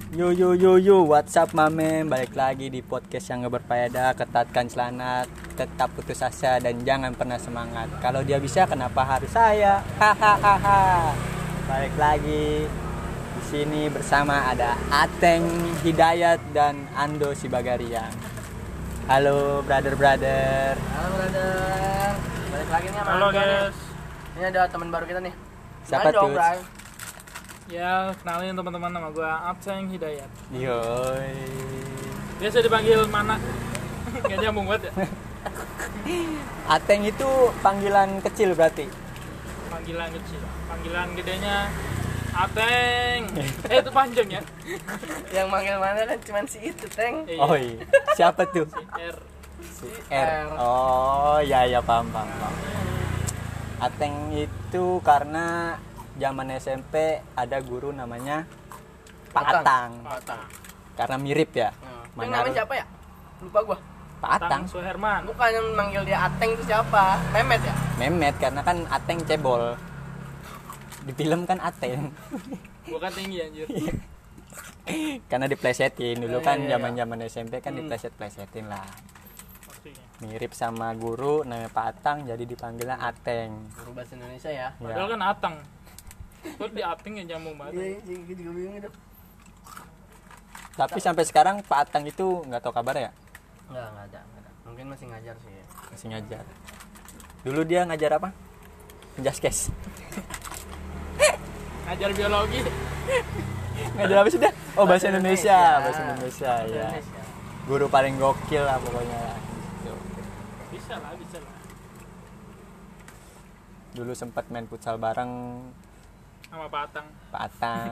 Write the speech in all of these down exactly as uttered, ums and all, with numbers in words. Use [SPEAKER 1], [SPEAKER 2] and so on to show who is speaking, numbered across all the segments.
[SPEAKER 1] Yo yo yo yo, what's up mamen? Balik lagi di podcast yang gak berfaedah. Ketatkan celana, tetap putus asa dan jangan pernah semangat. Kalau dia bisa, kenapa harus saya? Hahaha. Balik lagi di sini bersama ada Ateng Hidayat dan Ando Sibagarian. Halo brother brother.
[SPEAKER 2] Halo brother. Balik lagi nih sama
[SPEAKER 3] Halo
[SPEAKER 2] Ando nih.
[SPEAKER 3] guys.
[SPEAKER 2] Ini ada teman baru kita nih.
[SPEAKER 1] Siapa
[SPEAKER 2] Kenalin dong,
[SPEAKER 1] tuh?
[SPEAKER 2] Bray.
[SPEAKER 3] Ya, kenalin teman-teman, nama gue Ateng Hidayat.
[SPEAKER 1] Yoi.
[SPEAKER 3] Biasa dipanggil Mana. Gak nyambung banget ya.
[SPEAKER 1] Ateng itu panggilan kecil berarti.
[SPEAKER 3] Panggilan kecil. Panggilan gedenya Ateng. Eh itu panjang ya.
[SPEAKER 2] Yang manggil mana kan cuma si itu, Teng.
[SPEAKER 3] Eh,
[SPEAKER 1] Oh iya. Siapa tuh?
[SPEAKER 3] R.
[SPEAKER 1] Si
[SPEAKER 2] R.
[SPEAKER 1] R. Oh ya ya paham paham. paham. Ateng itu karena zaman S M P ada guru namanya Pak
[SPEAKER 2] Atang.
[SPEAKER 1] Atang.
[SPEAKER 2] Atang.
[SPEAKER 1] Karena mirip ya.
[SPEAKER 2] Yang
[SPEAKER 1] Mana
[SPEAKER 2] namanya siapa ya? Lupa gua.
[SPEAKER 1] Pak Atang.
[SPEAKER 3] Atang Suherman.
[SPEAKER 2] Bukan yang manggil dia Ateng itu siapa? Memet ya?
[SPEAKER 1] Memet karena kan Ateng cebol. Di film kan Ateng.
[SPEAKER 3] Gua kan tinggi anjir.
[SPEAKER 1] Karena diplesetin dulu
[SPEAKER 2] Oh,
[SPEAKER 1] kan
[SPEAKER 2] iya, iya.
[SPEAKER 1] zaman-zaman S M P kan
[SPEAKER 2] Hmm.
[SPEAKER 1] dipleset-plesetin lah.
[SPEAKER 3] Maksudnya.
[SPEAKER 1] Mirip sama guru namanya Pak Atang jadi dipanggilnya Ateng.
[SPEAKER 2] Guru bahasa Indonesia ya.
[SPEAKER 3] Padahal
[SPEAKER 1] Ya.
[SPEAKER 3] kan Atang. Terus di Ateng ya nyambung banget.
[SPEAKER 2] Iya, gue juga bingung itu.
[SPEAKER 1] Tapi sampai sekarang Pak Atang itu nggak tahu kabar ya?
[SPEAKER 2] Enggak, enggak ada, enggak ada. Mungkin masih ngajar sih ya.
[SPEAKER 1] Masih ngajar. Dulu dia ngajar apa? Penjaskes.
[SPEAKER 3] Ngajar biologi.
[SPEAKER 1] Ngajar apa sih dia? Oh bahasa Indonesia,
[SPEAKER 2] Indonesia.
[SPEAKER 1] bahasa Indonesia ya.
[SPEAKER 2] Indonesia.
[SPEAKER 1] Guru paling gokil lah pokoknya lah. Gitu.
[SPEAKER 3] Bisa lah, bisa lah.
[SPEAKER 1] Dulu sempat main futsal bareng
[SPEAKER 3] Sama Pak Atang.
[SPEAKER 1] Pak Atang.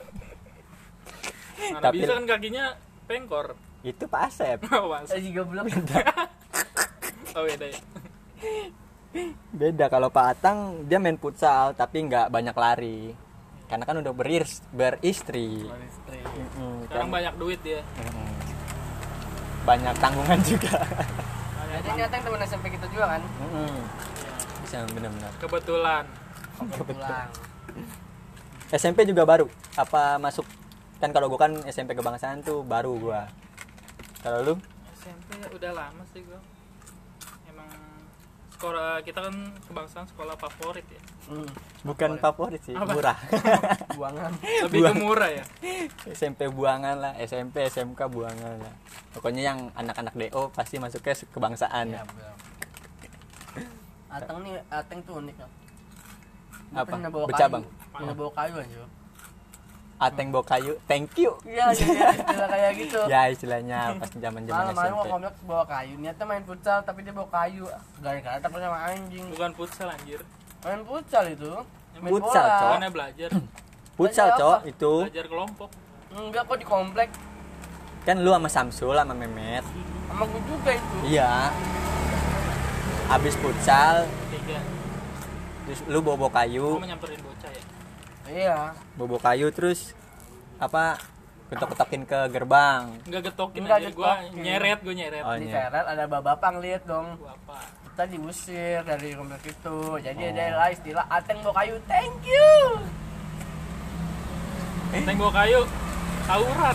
[SPEAKER 3] Mana
[SPEAKER 1] Tapi-
[SPEAKER 3] bisa kan kakinya pengkor.
[SPEAKER 1] Itu Pak Asep.
[SPEAKER 3] Oh, Mas.
[SPEAKER 2] Saya juga belum.
[SPEAKER 3] Oh beda ya.
[SPEAKER 1] Beda kalau Pak Atang dia main futsal tapi nggak banyak lari. Karena kan udah beris, beristri.
[SPEAKER 2] Istri.
[SPEAKER 1] Mm-mm,
[SPEAKER 3] Sekarang
[SPEAKER 1] kan-
[SPEAKER 3] banyak duit dia.
[SPEAKER 1] Mm-mm. Banyak tanggungan juga.
[SPEAKER 3] Banyak
[SPEAKER 2] Jadi ini Ateng teman S M P kita juga kan?
[SPEAKER 1] Mm-mm. Bisa benar-benar.
[SPEAKER 3] kebetulan.
[SPEAKER 2] Kebetulan.
[SPEAKER 1] S M P juga baru apa masuk kan kalau gua kan S M P kebangsaan tuh baru gua. Kalau lu?
[SPEAKER 3] S M P udah lama sih gua. Emang sekolah kita kan kebangsaan sekolah favorit ya.
[SPEAKER 2] Hmm.
[SPEAKER 1] Bukan favorit sih,
[SPEAKER 3] Apa?
[SPEAKER 1] murah.
[SPEAKER 2] Buangan.
[SPEAKER 3] Lebih ke murah ya.
[SPEAKER 1] S M P buangan lah, S M P, S M K buangan lah. Pokoknya yang anak-anak D O pasti masuknya kebangsaan.
[SPEAKER 2] Iya, betul. Ateng nih, Ateng tuh unik loh. Dia
[SPEAKER 1] Apa?
[SPEAKER 2] pernah bawa
[SPEAKER 1] Bercabang.
[SPEAKER 2] kayu. Pernah bawa kayu aja.
[SPEAKER 1] Ateng bawa kayu, thank you.
[SPEAKER 2] Iya, iya, istilah kayak gitu.
[SPEAKER 1] Ya istilahnya pas zaman-zaman S
[SPEAKER 2] Malam-malam
[SPEAKER 1] M P.
[SPEAKER 2] gua komplek bawa kayu. Niatnya main futsal tapi dia bawa kayu. Gara-gara takut sama anjing.
[SPEAKER 3] Bukan futsal anjir.
[SPEAKER 2] Main futsal itu. Main
[SPEAKER 1] Futsal,
[SPEAKER 2] bola.
[SPEAKER 1] Cok.
[SPEAKER 3] Bukannya belajar.
[SPEAKER 1] Futsal,
[SPEAKER 2] Belajar
[SPEAKER 1] Cok,
[SPEAKER 2] apa?
[SPEAKER 1] itu.
[SPEAKER 3] Belajar kelompok.
[SPEAKER 2] Enggak kok di komplek.
[SPEAKER 1] Kan lu sama Samsul sama Memet.
[SPEAKER 2] Sama gua juga itu.
[SPEAKER 1] Iya. Abis futsal,
[SPEAKER 3] Tiga.
[SPEAKER 1] terus lu bawa-bawa kayu,
[SPEAKER 3] Kamu nyamperin bocah ya.
[SPEAKER 2] Iya.
[SPEAKER 1] bawa-bawa kayu terus apa? Ketok-ketokin ke gerbang.
[SPEAKER 3] Enggak getokin
[SPEAKER 2] Enggak
[SPEAKER 3] anjir. Gua
[SPEAKER 2] getokin.
[SPEAKER 3] nyeret, gua nyeret.
[SPEAKER 1] Oh,
[SPEAKER 2] Di
[SPEAKER 1] iya.
[SPEAKER 2] seret ada bapak ngeliat dong.
[SPEAKER 3] Gua apa?
[SPEAKER 2] Kita diusir dari komplek itu. Jadi
[SPEAKER 1] Oh.
[SPEAKER 2] ada lah istilah Ateng bawa kayu. Thank you.
[SPEAKER 3] Teng bawa kayu. Tawuran.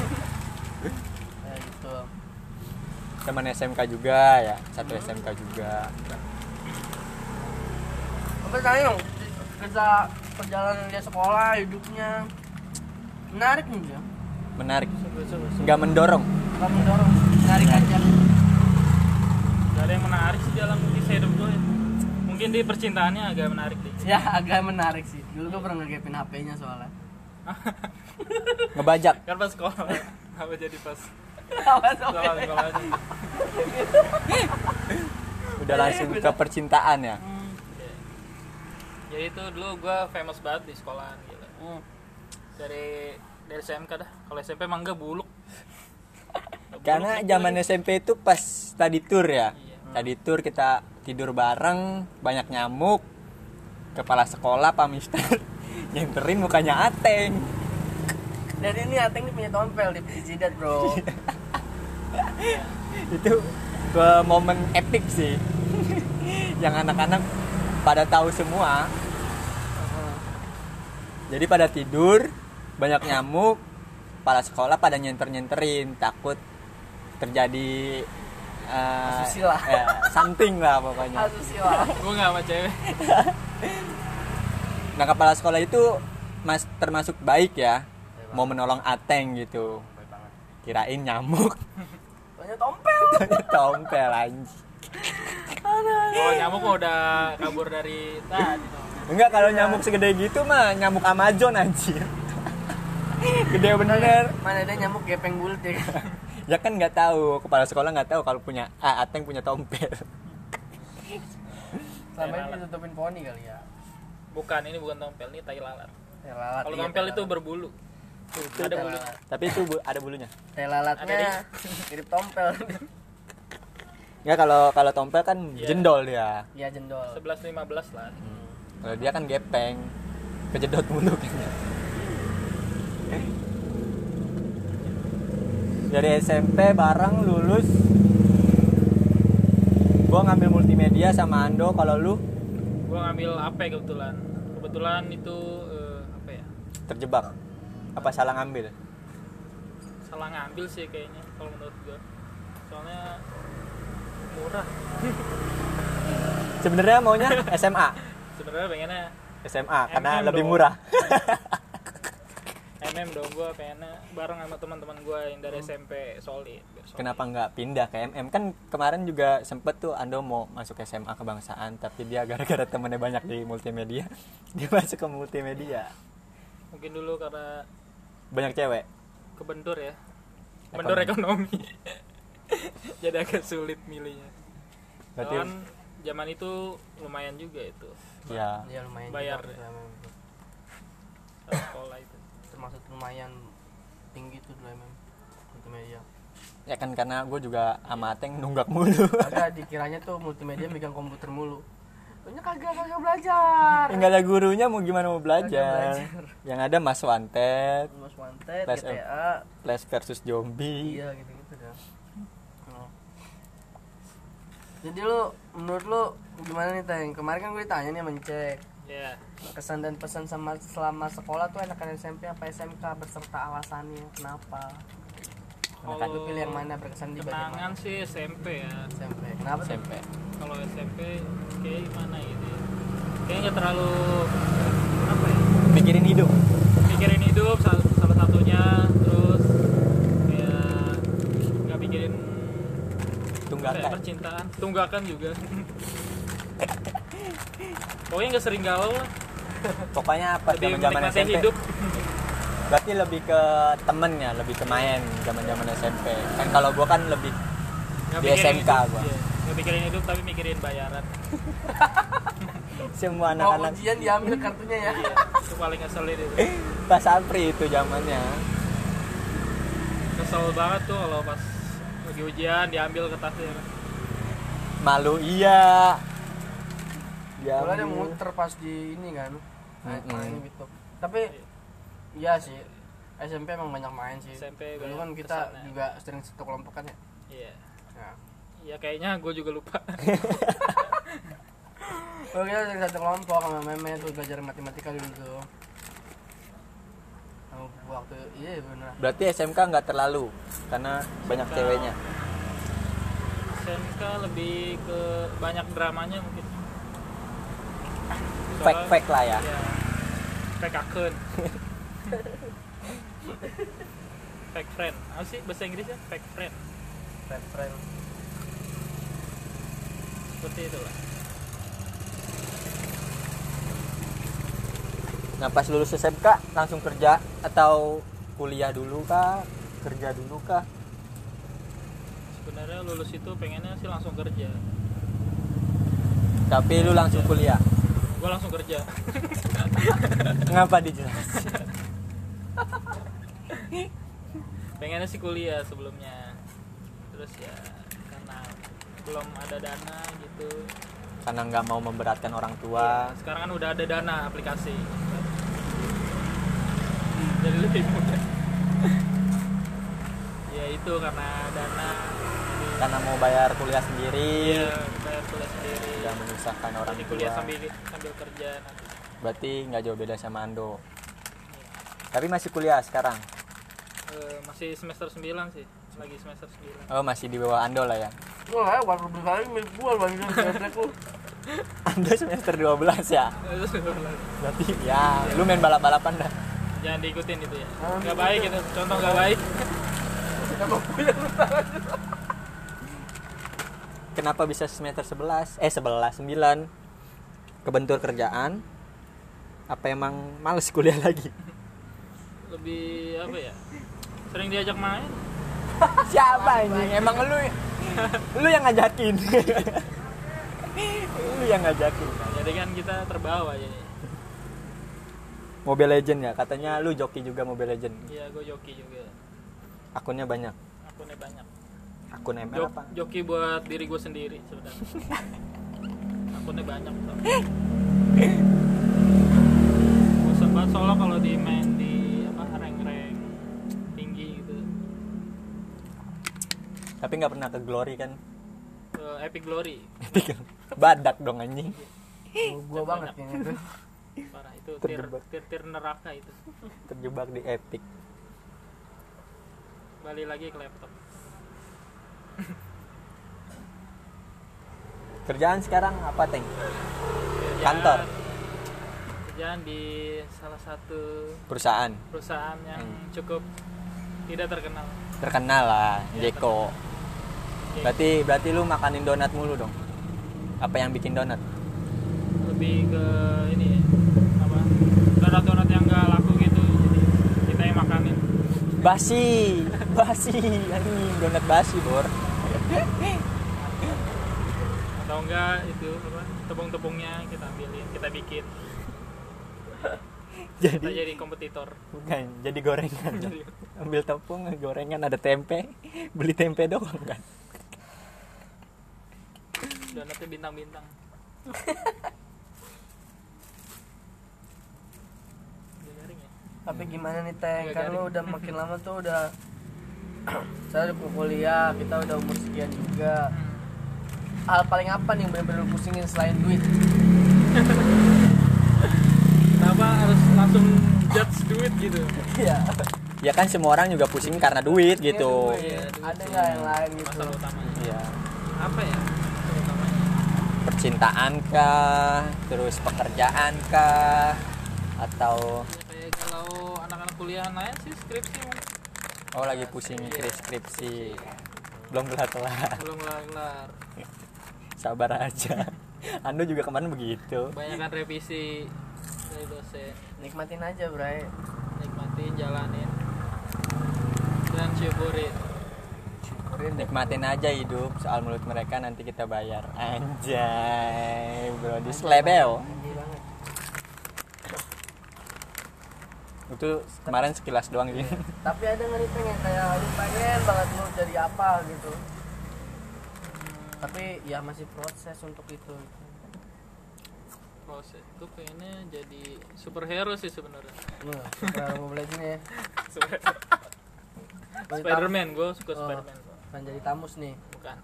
[SPEAKER 2] Ya gitu.
[SPEAKER 1] Teman S M K juga ya, satu S M K juga.
[SPEAKER 2] Apa tanya dong? Kisah perjalanan dia sekolah, hidupnya menarik nih dia.
[SPEAKER 1] Menarik. Nggak mendorong.
[SPEAKER 2] Gak mendorong, menarik aja.
[SPEAKER 3] Gak ada yang menarik sih dalam kisah hidup gue ya. Mungkin di percintaannya agak menarik deh.
[SPEAKER 2] Ya agak menarik sih. Dulu gue pernah ngegepin H P-nya soalnya.
[SPEAKER 1] Ngebajak.
[SPEAKER 3] Kan pas sekolah. Apa jadi pas
[SPEAKER 2] Apa
[SPEAKER 3] sekolah sekolah aja.
[SPEAKER 1] Udah langsung ke percintaan ya.
[SPEAKER 2] Hmm.
[SPEAKER 3] Ya itu dulu gue famous banget di sekolahan gitu.
[SPEAKER 2] Hmm.
[SPEAKER 3] Dari dari S M K dah. Kalau S M P emang enggak buluk.
[SPEAKER 1] Karena zaman S M P itu pas study tour ya.
[SPEAKER 3] Iya.
[SPEAKER 1] Study tour kita tidur bareng, banyak nyamuk. Kepala sekolah Pak Mister nyenterin mukanya Ateng.
[SPEAKER 2] Dan ini Ateng ini punya tompel di jidat bro.
[SPEAKER 1] Itu ke momen epic sih. Yang anak-anak pada tahu semua. Jadi pada tidur, banyak nyamuk, kepala sekolah pada nyenter-nyenterin, takut terjadi uh,
[SPEAKER 2] Asusila.
[SPEAKER 1] ya, something lah pokoknya.
[SPEAKER 2] Asusila.
[SPEAKER 3] Gue nggak sama cewek.
[SPEAKER 1] Nah kepala sekolah itu mas termasuk baik ya, mau menolong Ateng gitu. Kirain nyamuk.
[SPEAKER 2] Tanya tompel.
[SPEAKER 1] Tompel anjing.
[SPEAKER 3] Oh nyamuk mah udah kabur dari tadi.
[SPEAKER 1] Enggak, kalau nyamuk segede gitu mah nyamuk Amazon anjir. Gede bener.
[SPEAKER 2] Mana ada nyamuk gepeng bulat ya kan?
[SPEAKER 1] Ya kan nggak tahu, kepala sekolah nggak tahu kalau punya ah, Ateng punya tompel.
[SPEAKER 2] Selama ini ditutupin poni kali ya.
[SPEAKER 3] Bukan, ini bukan tompel, ini tai lalat.
[SPEAKER 2] Tai lalat.
[SPEAKER 3] Kalau
[SPEAKER 2] iya,
[SPEAKER 3] tompel
[SPEAKER 2] tai
[SPEAKER 3] itu
[SPEAKER 2] lalat.
[SPEAKER 3] berbulu.
[SPEAKER 2] Itu
[SPEAKER 3] ada
[SPEAKER 2] tai
[SPEAKER 3] bulu.
[SPEAKER 2] lalat.
[SPEAKER 1] Tapi itu bu- ada bulunya.
[SPEAKER 2] Tai
[SPEAKER 3] Ada
[SPEAKER 2] lalatnya mirip tompel.
[SPEAKER 1] Ya kalau kalau tompel kan
[SPEAKER 3] Iya.
[SPEAKER 1] jendol dia.
[SPEAKER 2] Iya jendol.
[SPEAKER 3] sebelas lima belas lah.
[SPEAKER 1] Kalau dia kan gepeng, kejedot mulu kayaknya. Dari S M P bareng lulus. Gua ngambil multimedia sama Ando. Kalau lu
[SPEAKER 3] Gue ngambil A P kebetulan. Kebetulan itu eh, apa ya?
[SPEAKER 1] terjebak apa salah ngambil?
[SPEAKER 3] Salah ngambil sih kayaknya kalau menurut gue. Soalnya murah.
[SPEAKER 1] Sebenarnya maunya S M A.
[SPEAKER 3] Sebenarnya pengennya
[SPEAKER 1] S M A karena
[SPEAKER 3] M M
[SPEAKER 1] lebih
[SPEAKER 3] dong.
[SPEAKER 1] murah.
[SPEAKER 3] M M dong, gue pengennya bareng sama teman-teman gue yang dari S M P solid, biar solid.
[SPEAKER 1] Kenapa nggak pindah ke M M? Kan kemarin juga sempet tuh Ando mau masuk S M A kebangsaan, tapi dia gara-gara temennya banyak di multimedia, dia masuk ke multimedia.
[SPEAKER 3] Mungkin dulu karena
[SPEAKER 1] Banyak cewek.
[SPEAKER 3] kebentur ya, bentur ekonomi. Jadi agak sulit milihnya.
[SPEAKER 1] Berarti
[SPEAKER 3] Kan zaman itu lumayan juga itu.
[SPEAKER 1] ya
[SPEAKER 2] Iya lumayan.
[SPEAKER 3] Bayar
[SPEAKER 2] juga,
[SPEAKER 3] ya.
[SPEAKER 2] memang.
[SPEAKER 3] Kalau sekolah itu.
[SPEAKER 2] Termasuk lumayan tinggi tuh dulu emang multimedia.
[SPEAKER 1] ya kan karena gue juga sama Ateng nunggak mulu.
[SPEAKER 2] Agak dikiranya tuh multimedia megang komputer mulu. Punya kagak kagak belajar.
[SPEAKER 1] Nggak ada gurunya mau gimana mau
[SPEAKER 2] Kagak
[SPEAKER 1] belajar. Yang ada Mas Wanted,
[SPEAKER 2] Most Wanted,
[SPEAKER 1] Flash
[SPEAKER 2] G T A.
[SPEAKER 1] Flash versus Zombie.
[SPEAKER 2] Iya gitu-gitu dah. Oh. Jadi lu menurut lu gimana nih Teng? Kemarin kan gue ditanya nih mencek
[SPEAKER 3] Ya,
[SPEAKER 2] kesan dan pesan sama selama sekolah tuh enakan S M P apa S M K beserta alasannya kenapa? Enakan lu pilih yang mana berkesan di bagian
[SPEAKER 3] kenangan
[SPEAKER 2] mana?
[SPEAKER 3] sih S M P ya.
[SPEAKER 2] S M P. Kenapa
[SPEAKER 1] S
[SPEAKER 2] tuh?
[SPEAKER 1] M P.
[SPEAKER 3] Kalau S M P kayak gimana gitu ya. Kayaknya nggak terlalu apa ya?
[SPEAKER 1] Pikirin hidup.
[SPEAKER 3] Pikirin hidup salah, salah satunya, terus kayak nggak pikirin kayak
[SPEAKER 1] Tunggakan.
[SPEAKER 3] percintaan, tunggakan juga. Pokoknya nggak sering galau lah.
[SPEAKER 1] Pokoknya pas
[SPEAKER 3] Lebih
[SPEAKER 1] zaman-zaman S
[SPEAKER 3] menikmati
[SPEAKER 1] M P.
[SPEAKER 3] hidup.
[SPEAKER 1] Berarti lebih ke temen ya, lebih ke main zaman-zaman S M P. Kan kalau gua kan lebih
[SPEAKER 3] Nggak
[SPEAKER 1] di
[SPEAKER 3] pikirin
[SPEAKER 1] S M K
[SPEAKER 3] hidup,
[SPEAKER 1] gua.
[SPEAKER 3] iya. Nggak pikirin hidup tapi mikirin bayaran.
[SPEAKER 1] Semua
[SPEAKER 2] Mau
[SPEAKER 1] anak-anak
[SPEAKER 2] ujian diambil kartunya ya.
[SPEAKER 3] Iya, itu paling ngeselin itu.
[SPEAKER 1] pas Apri itu zamannya.
[SPEAKER 3] Kesel banget tuh kalau pas lagi ujian diambil kertasnya.
[SPEAKER 1] Malu iya. Ya.
[SPEAKER 2] Soalnya ada muter pas di ini kan. Nah,
[SPEAKER 1] Mm-mm.
[SPEAKER 2] main gitu. Tapi iya sih. S M P emang banyak main sih.
[SPEAKER 3] S M P
[SPEAKER 2] Dulu
[SPEAKER 3] banyak
[SPEAKER 2] kan kita
[SPEAKER 3] kesana.
[SPEAKER 2] juga sering satu kelompok kan ya.
[SPEAKER 3] Iya.
[SPEAKER 2] Nah.
[SPEAKER 3] Iya kayaknya gue juga lupa.
[SPEAKER 2] Kalau kita sering satu kelompok sama meme tuh belajar matematika dulu tuh. Sama waktu iya bener.
[SPEAKER 1] Berarti S M K nggak terlalu karena banyak
[SPEAKER 3] S M K.
[SPEAKER 1] ceweknya.
[SPEAKER 3] S M K lebih ke banyak dramanya mungkin.
[SPEAKER 1] Fake-fake lah ya.
[SPEAKER 3] Iya. Fake akun. Fake friend. Apa sih bahasa Inggrisnya? Fake friend.
[SPEAKER 2] Friend friend.
[SPEAKER 3] Seperti itulah.
[SPEAKER 1] Nah pas lulus S M K langsung kerja atau kuliah dulu kah? Kerja dulu kah?
[SPEAKER 3] Sebenarnya lulus itu pengennya sih langsung kerja.
[SPEAKER 1] Tapi lu langsung kuliah.
[SPEAKER 3] Gue langsung kerja.
[SPEAKER 1] Ngapa dijelasin?
[SPEAKER 3] Pengennya sih kuliah sebelumnya. Terus ya karena belum ada dana gitu.
[SPEAKER 1] Karena nggak mau memberatkan orang tua.
[SPEAKER 3] Sekarang kan udah ada dana aplikasi. Jadi lebih mudah. Ya itu karena dana.
[SPEAKER 1] Karena mau bayar kuliah sendiri.
[SPEAKER 3] Iya, bayar kuliah sendiri.
[SPEAKER 1] Nggak menyusahkan orang
[SPEAKER 3] Jadi
[SPEAKER 1] tua.
[SPEAKER 3] kuliah sambil sambil kerja nanti.
[SPEAKER 1] Berarti nggak jauh beda sama Ando. Tapi masih kuliah sekarang.
[SPEAKER 3] Eh, masih semester sembilan sih, lagi semester sembilan.
[SPEAKER 1] Oh, masih di bawah Ando lah ya.
[SPEAKER 2] Gua lah waktu berkali milik gua bang lu.
[SPEAKER 1] Ando semester dua belas ya. Berarti ya lu main balap-balapan dah.
[SPEAKER 3] Jangan diikutin itu ya. Enggak baik itu, contoh enggak baik.
[SPEAKER 1] Kenapa bisa semester sebelas? Eh sebelas, sembilan. Kebentur kerjaan. Apa emang males kuliah lagi?
[SPEAKER 3] Lebih apa ya? Sering diajak main.
[SPEAKER 1] Siapa ini? Emang lu lu yang ngajakin. Lu yang ngajakin.
[SPEAKER 3] Nah, jadi kan kita terbawa jadi.
[SPEAKER 1] Mobile Legend ya, katanya lu joki juga Mobile Legend.
[SPEAKER 3] Iya, gue joki juga.
[SPEAKER 1] Akunnya banyak.
[SPEAKER 3] Akunnya banyak.
[SPEAKER 1] Akun M L
[SPEAKER 3] Jok,
[SPEAKER 1] apa?
[SPEAKER 3] joki buat diri gue sendiri sebenarnya. Akunnya banyak tuh. Bosan banget soalnya kalau di main di apa rank-rank tinggi gitu.
[SPEAKER 1] Tapi nggak pernah ke Glory kan?
[SPEAKER 3] Uh, Epic Glory.
[SPEAKER 1] Badak dong anjing.
[SPEAKER 2] Gua banget kayaknya tuh.
[SPEAKER 3] Parah itu tir,
[SPEAKER 1] Terjebak.
[SPEAKER 3] tir tir neraka itu.
[SPEAKER 1] Terjebak di Epic.
[SPEAKER 3] Balik lagi ke laptop.
[SPEAKER 1] Kerjaan sekarang apa, Teng?
[SPEAKER 3] Kerjaan-
[SPEAKER 1] Kantor?
[SPEAKER 3] Kerjaan di salah satu
[SPEAKER 1] Perusahaan?
[SPEAKER 3] perusahaan yang
[SPEAKER 1] Hmm.
[SPEAKER 3] cukup tidak terkenal.
[SPEAKER 1] Terkenal lah,
[SPEAKER 3] Iya,
[SPEAKER 1] Jeko. Berarti berarti lu makanin donat mulu dong? Apa yang bikin donat?
[SPEAKER 3] Lebih ke ini apa? Donat-donat yang gak laku gitu. Jadi kita yang makanin.
[SPEAKER 1] Basi, basi, anjing donat basi, Bor.
[SPEAKER 3] Atau enggak itu apa? Tepung-tepungnya kita ambilin, kita bikin. Kita
[SPEAKER 1] Jadi
[SPEAKER 3] jadi kompetitor.
[SPEAKER 1] bukan, jadi gorengan. Ambil tepung, gorengan, ada tempe, beli tempe doang kan.
[SPEAKER 3] Donatnya bintang-bintang. Udah garing ya?
[SPEAKER 2] Tapi gimana nih Teng,
[SPEAKER 3] Agak
[SPEAKER 2] kan
[SPEAKER 3] garing.
[SPEAKER 2] lu udah makin lama tuh udah saya udah kuliah, kita udah umur sekian juga. Hal paling apa nih yang bener-bener pusingin selain duit?
[SPEAKER 3] Kenapa harus langsung judge duit gitu?
[SPEAKER 2] Iya.
[SPEAKER 1] Ya kan semua orang juga pusing karena duit gitu.
[SPEAKER 3] Iya, duit
[SPEAKER 2] Ada
[SPEAKER 3] sih.
[SPEAKER 2] nggak yang lain gitu?
[SPEAKER 3] Masalah utamanya.
[SPEAKER 1] Iya.
[SPEAKER 3] Apa ya? Masalah utamanya.
[SPEAKER 1] Percintaan kah, terus pekerjaan kah, atau
[SPEAKER 3] Ya, kayak kalau anak-anak kuliah lain sih skripsi mungkin.
[SPEAKER 1] oh lagi pusing mikirin skripsi. Belum kelar-kelar.
[SPEAKER 3] Belum kelar-kelar.
[SPEAKER 1] Sabar aja. Ando juga kemarin begitu.
[SPEAKER 3] Kebanyakan revisi dari dosen.
[SPEAKER 2] Nikmatin aja, Bray.
[SPEAKER 3] Nikmatin, jalanin, dan syukurin.
[SPEAKER 2] Syukurin deh.
[SPEAKER 1] Nikmatin aja hidup, soal mulut mereka nanti kita bayar. Anjay, bro, di slebel.
[SPEAKER 2] Anjay banget.
[SPEAKER 1] Itu kemarin sekilas doang sih.
[SPEAKER 2] Tapi ada nggak nih pengen kayak lu pengen banget lu jadi apa gitu? Tapi ya masih proses untuk itu.
[SPEAKER 3] Proses. Gue pengennya jadi superhero sih sebenarnya.
[SPEAKER 2] Nah, suka Mobile Legends ya.
[SPEAKER 3] Spiderman, gue suka
[SPEAKER 2] Oh.
[SPEAKER 3] Spiderman.
[SPEAKER 2] Pengen jadi Tamus nih.
[SPEAKER 3] Bukan.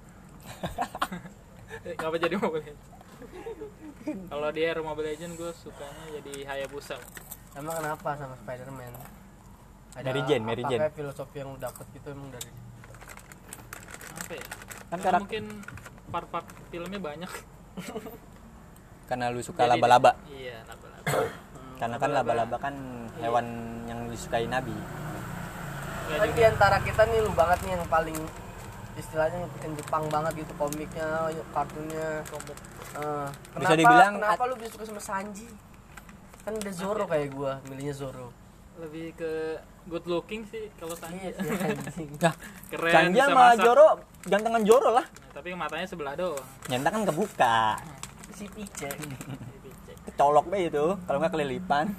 [SPEAKER 3] Ngapa jadi Mobile Legends? Kalau dia Mobile Legends gue sukanya jadi Hayabusa.
[SPEAKER 2] Emang kenapa sama Spider-Man? Ada
[SPEAKER 1] Mary Jane, Mary Jane.
[SPEAKER 2] apakah filosofi yang lu dapet gitu emang dari
[SPEAKER 3] Apa ya?
[SPEAKER 1] Kan
[SPEAKER 3] Karena
[SPEAKER 1] karak-
[SPEAKER 3] mungkin part-part filmnya banyak.
[SPEAKER 1] Karena lu suka
[SPEAKER 3] Jadi-
[SPEAKER 1] laba-laba.
[SPEAKER 3] Iya, laba-laba.
[SPEAKER 1] Karena kan laba-laba kan hewan yang disukai Nabi.
[SPEAKER 3] Nggak
[SPEAKER 2] Kan
[SPEAKER 3] juga.
[SPEAKER 2] di antara kita nih lu banget nih yang paling istilahnya ngikutin Jepang banget gitu, komiknya, kartunnya.
[SPEAKER 3] Komik.
[SPEAKER 2] Eh,
[SPEAKER 1] Bisa
[SPEAKER 2] kenapa,
[SPEAKER 1] dibilang
[SPEAKER 2] kenapa lu bisa suka sama Sanji? Kan udah Zoro kayak gua, milihnya Zoro.
[SPEAKER 3] Lebih ke good looking sih kalau Sanji.
[SPEAKER 2] Iya sih anjing.
[SPEAKER 1] Nah,
[SPEAKER 3] Keren,
[SPEAKER 1] Sanji
[SPEAKER 3] bisa
[SPEAKER 1] sama
[SPEAKER 3] masak.
[SPEAKER 1] Joro, gantengan Joro lah.
[SPEAKER 3] Nah, tapi matanya sebelah doang.
[SPEAKER 1] Nyata kan kebuka.
[SPEAKER 2] Si Pice.
[SPEAKER 1] Kecolok be itu, kalau nggak kelilipan.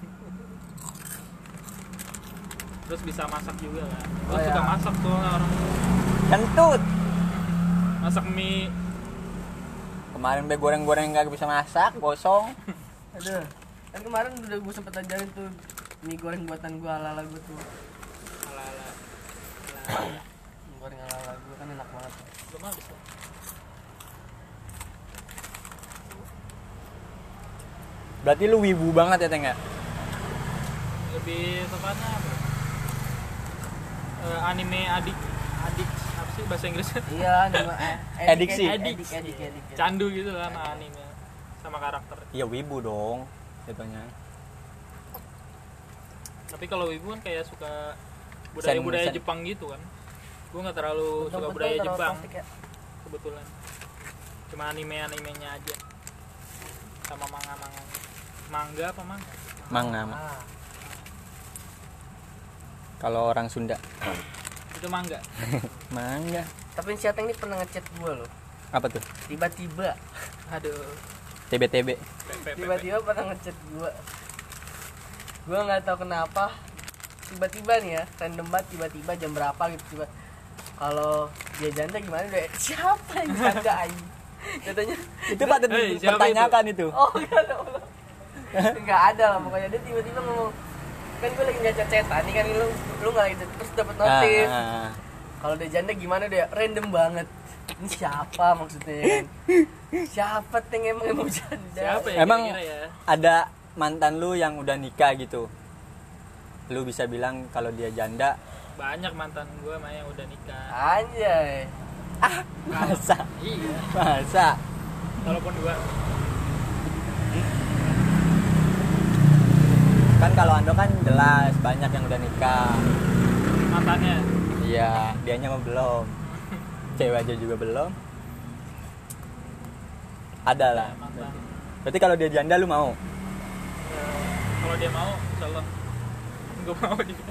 [SPEAKER 3] Terus bisa masak juga kan. Gue
[SPEAKER 2] Oh,
[SPEAKER 3] suka
[SPEAKER 2] ya.
[SPEAKER 3] masak soalnya orang
[SPEAKER 1] Kentut.
[SPEAKER 3] masak mie.
[SPEAKER 1] Kemarin be goreng-goreng nggak bisa masak, kosong.
[SPEAKER 2] Aduh. Kan kemarin udah gua sempet ajarin tuh mie goreng buatan gua ala-ala gua tuh.
[SPEAKER 3] Ala-ala. Ala-ala.
[SPEAKER 2] Mie goreng ala-ala gua kan enak banget.
[SPEAKER 3] Belum habis lah.
[SPEAKER 1] Berarti lu wibu banget ya, Teng ya?
[SPEAKER 3] Lebih tepatnya apa? uh, anime adik adik apa sih bahasa Inggrisnya?
[SPEAKER 2] Iya, nama eh,
[SPEAKER 1] Adiksi.
[SPEAKER 2] edik, edik, edik, edik.
[SPEAKER 3] Candu gitu lah sama anime sama karakter.
[SPEAKER 1] Iya wibu dong jatuhnya.
[SPEAKER 3] Tapi kalau wibu kan kayak suka
[SPEAKER 1] Sen-
[SPEAKER 3] budaya-budaya
[SPEAKER 1] sen-
[SPEAKER 3] Jepang gitu kan. Gue nggak terlalu suka
[SPEAKER 2] Betul-betul
[SPEAKER 3] budaya
[SPEAKER 2] terlalu
[SPEAKER 3] Jepang
[SPEAKER 2] plastik ya.
[SPEAKER 3] kebetulan. Cuma anime-animenya aja. Sama manga-manga. Mangga apa manga?
[SPEAKER 1] Manga.
[SPEAKER 2] Ah,
[SPEAKER 1] Kalau orang Sunda.
[SPEAKER 3] Itu mangga.
[SPEAKER 1] Manga.
[SPEAKER 2] tapi si Ateng ini pernah ngechat gua loh.
[SPEAKER 1] Apa tuh?
[SPEAKER 2] Tiba-tiba,
[SPEAKER 3] Aduh.
[SPEAKER 1] T B T B.
[SPEAKER 3] Pe- pe- pe- pe.
[SPEAKER 2] tiba-tiba pernah ngechat gua. Gua nggak tahu kenapa. Tiba-tiba nih ya, random banget tiba-tiba jam berapa gitu tiba. Kalau dia janda gimana deh? Siapa yang janda aing? Katanya,
[SPEAKER 1] Itu patut
[SPEAKER 3] Hei, siapa
[SPEAKER 1] dipertanyakan itu.
[SPEAKER 2] oh enggak ada. Enggak ada lah pokoknya dia tiba-tiba ngomong. Kan gue lagi ngechat-chatan nih kan lu lu enggak lagi chat, terus dapat notif.
[SPEAKER 1] Ah,
[SPEAKER 2] Kalau dia janda gimana deh? Random banget. Ini siapa maksudnya ya kan? Siapa Teng emang yang mau janda?
[SPEAKER 3] Siapa ya
[SPEAKER 1] Emang
[SPEAKER 3] kira-kira ya?
[SPEAKER 1] ada mantan lu yang udah nikah gitu. Lu bisa bilang kalau dia janda.
[SPEAKER 3] Banyak mantan gue mah yang udah nikah.
[SPEAKER 2] Anjay.
[SPEAKER 1] Masa?
[SPEAKER 3] Iya.
[SPEAKER 1] Masa?
[SPEAKER 3] Walaupun dua.
[SPEAKER 1] Kan kalau Ando kan jelas banyak yang udah nikah.
[SPEAKER 3] Mantannya.
[SPEAKER 1] Iya, dianya mah belum. Cewek aja juga belum. Ada lah.
[SPEAKER 3] Ya, mantan.
[SPEAKER 1] Berarti kalau dia janda lu mau?
[SPEAKER 3] Eh, kalau dia mau, insyaallah. Gue mau juga.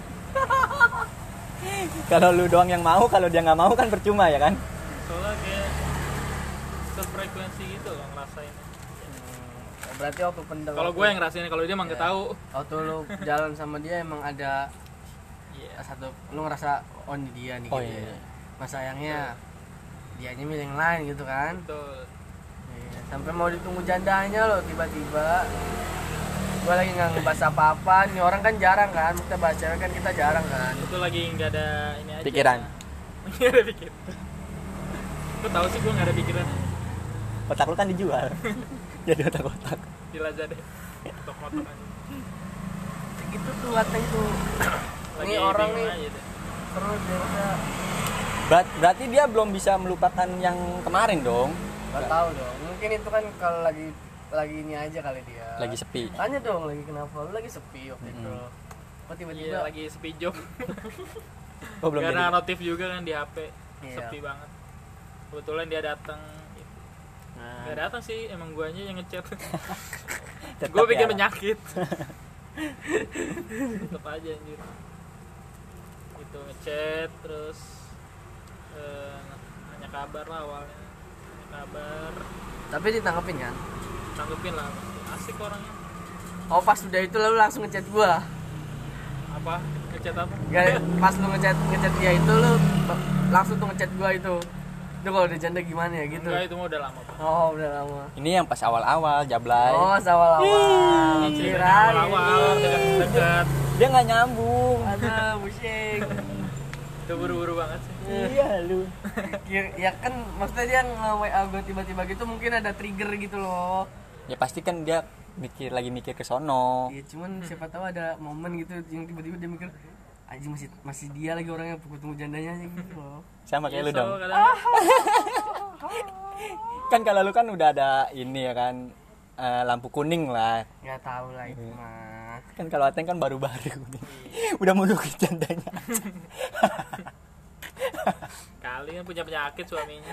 [SPEAKER 1] Kalau lu doang yang mau, kalau dia nggak mau kan percuma ya kan?
[SPEAKER 3] Soalnya kayak sefrekuensi gitu loh ngerasain.
[SPEAKER 2] Hmm, berarti waktu pendek.
[SPEAKER 3] Kalau gue yang ngerasain, kalau dia emang nggak
[SPEAKER 2] Ya.
[SPEAKER 3] tahu.
[SPEAKER 2] Waktu lu jalan sama dia emang ada
[SPEAKER 3] Iya.
[SPEAKER 2] satu lu ngerasa oh ini dia nih
[SPEAKER 1] Oh,
[SPEAKER 2] gitu
[SPEAKER 1] iya.
[SPEAKER 2] ya. Mas sayangnya dianya milih yang lain gitu kan.
[SPEAKER 3] Betul.
[SPEAKER 2] Iya, sampai mau ditunggu jandanya loh tiba-tiba. Gua lagi nggak ngebahas apa-apa, nih orang kan jarang kan, kita bahas cewek kan kita jarang kan.
[SPEAKER 3] Itu lagi nggak ada ini aja.
[SPEAKER 1] Pikiran.
[SPEAKER 3] Nggak ada pikiran. Gue tahu sih gue nggak ada pikiran
[SPEAKER 1] Otak lu kan dijual. Jadi otak-otak.
[SPEAKER 3] di Lazada. Motok-motok aja.
[SPEAKER 2] Gitu tuh katanya tuh.
[SPEAKER 3] Lagi
[SPEAKER 2] Ini orang
[SPEAKER 3] bingung
[SPEAKER 2] nih
[SPEAKER 3] aja deh.
[SPEAKER 2] terus dia udah
[SPEAKER 1] Ber- berarti dia belum bisa melupakan yang kemarin dong.
[SPEAKER 2] nggak tahu dong. Mungkin itu kan kalau lagi lagi ini aja kali dia.
[SPEAKER 1] Lagi sepi.
[SPEAKER 2] Tanya dong lagi kenapa lu lagi sepi waktu itu.
[SPEAKER 3] Mm-hmm.
[SPEAKER 2] Oh tiba-tiba
[SPEAKER 3] Iya, lagi sepi job.
[SPEAKER 1] Oh, belum
[SPEAKER 3] Karena
[SPEAKER 1] jadi.
[SPEAKER 3] notif juga kan di H P.
[SPEAKER 2] Iya.
[SPEAKER 3] Sepi banget. Kebetulan dia datang gitu.
[SPEAKER 1] Nah,
[SPEAKER 3] Gak datang sih, emang guanya yang ngechat.
[SPEAKER 1] tetap
[SPEAKER 3] Gue pikir
[SPEAKER 1] ya.
[SPEAKER 3] penyakit. Tetep aja anjir. Gitu ngechat terus eh, nanya kabar lah awalnya. Nanya kabar,
[SPEAKER 2] tapi ditanggepin kan.
[SPEAKER 3] tanggepin lah pasti. Asik orangnya.
[SPEAKER 2] Oh pas udah itu lalu langsung ngechat gua.
[SPEAKER 3] Apa? Ngechat apa?
[SPEAKER 2] Gak, pas lu ngechat ngechat dia itu lu ba- langsung tuh ngechat gua itu. Itu kalau udah janda gimana ya gitu.
[SPEAKER 3] Enggak, itu mah udah lama, Pak.
[SPEAKER 2] Oh udah lama.
[SPEAKER 1] Ini yang pas awal-awal jablay.
[SPEAKER 2] Oh awal-awal.
[SPEAKER 3] Ini ceritanya
[SPEAKER 2] Kirain.
[SPEAKER 3] awal-awal dekat-dekat.
[SPEAKER 1] Dia nggak nyambung.
[SPEAKER 2] Aduh pusing.
[SPEAKER 3] Itu buru-buru banget sih.
[SPEAKER 1] Iya lu.
[SPEAKER 2] Ya, ya kan maksudnya dia nge-W A gua tiba-tiba gitu mungkin ada trigger gitu loh.
[SPEAKER 1] Ya pasti kan dia mikir lagi mikir ke sono.
[SPEAKER 2] Ya cuman siapa tahu ada momen gitu yang tiba-tiba dia mikir anjing masih masih dia lagi orangnya pukul tunggu jandanya aja gitu loh.
[SPEAKER 1] Sama kayak lu
[SPEAKER 3] Iya,
[SPEAKER 1] dong.
[SPEAKER 3] so, kadang-
[SPEAKER 1] Kan kalau lu kan udah ada ini ya kan eh, lampu kuning lah.
[SPEAKER 2] Enggak tahu lah itu mah.
[SPEAKER 1] Kan kalau Ateng kan baru-baru nih. Udah mau nunggu jandanya.
[SPEAKER 3] Kali kan punya penyakit suaminya.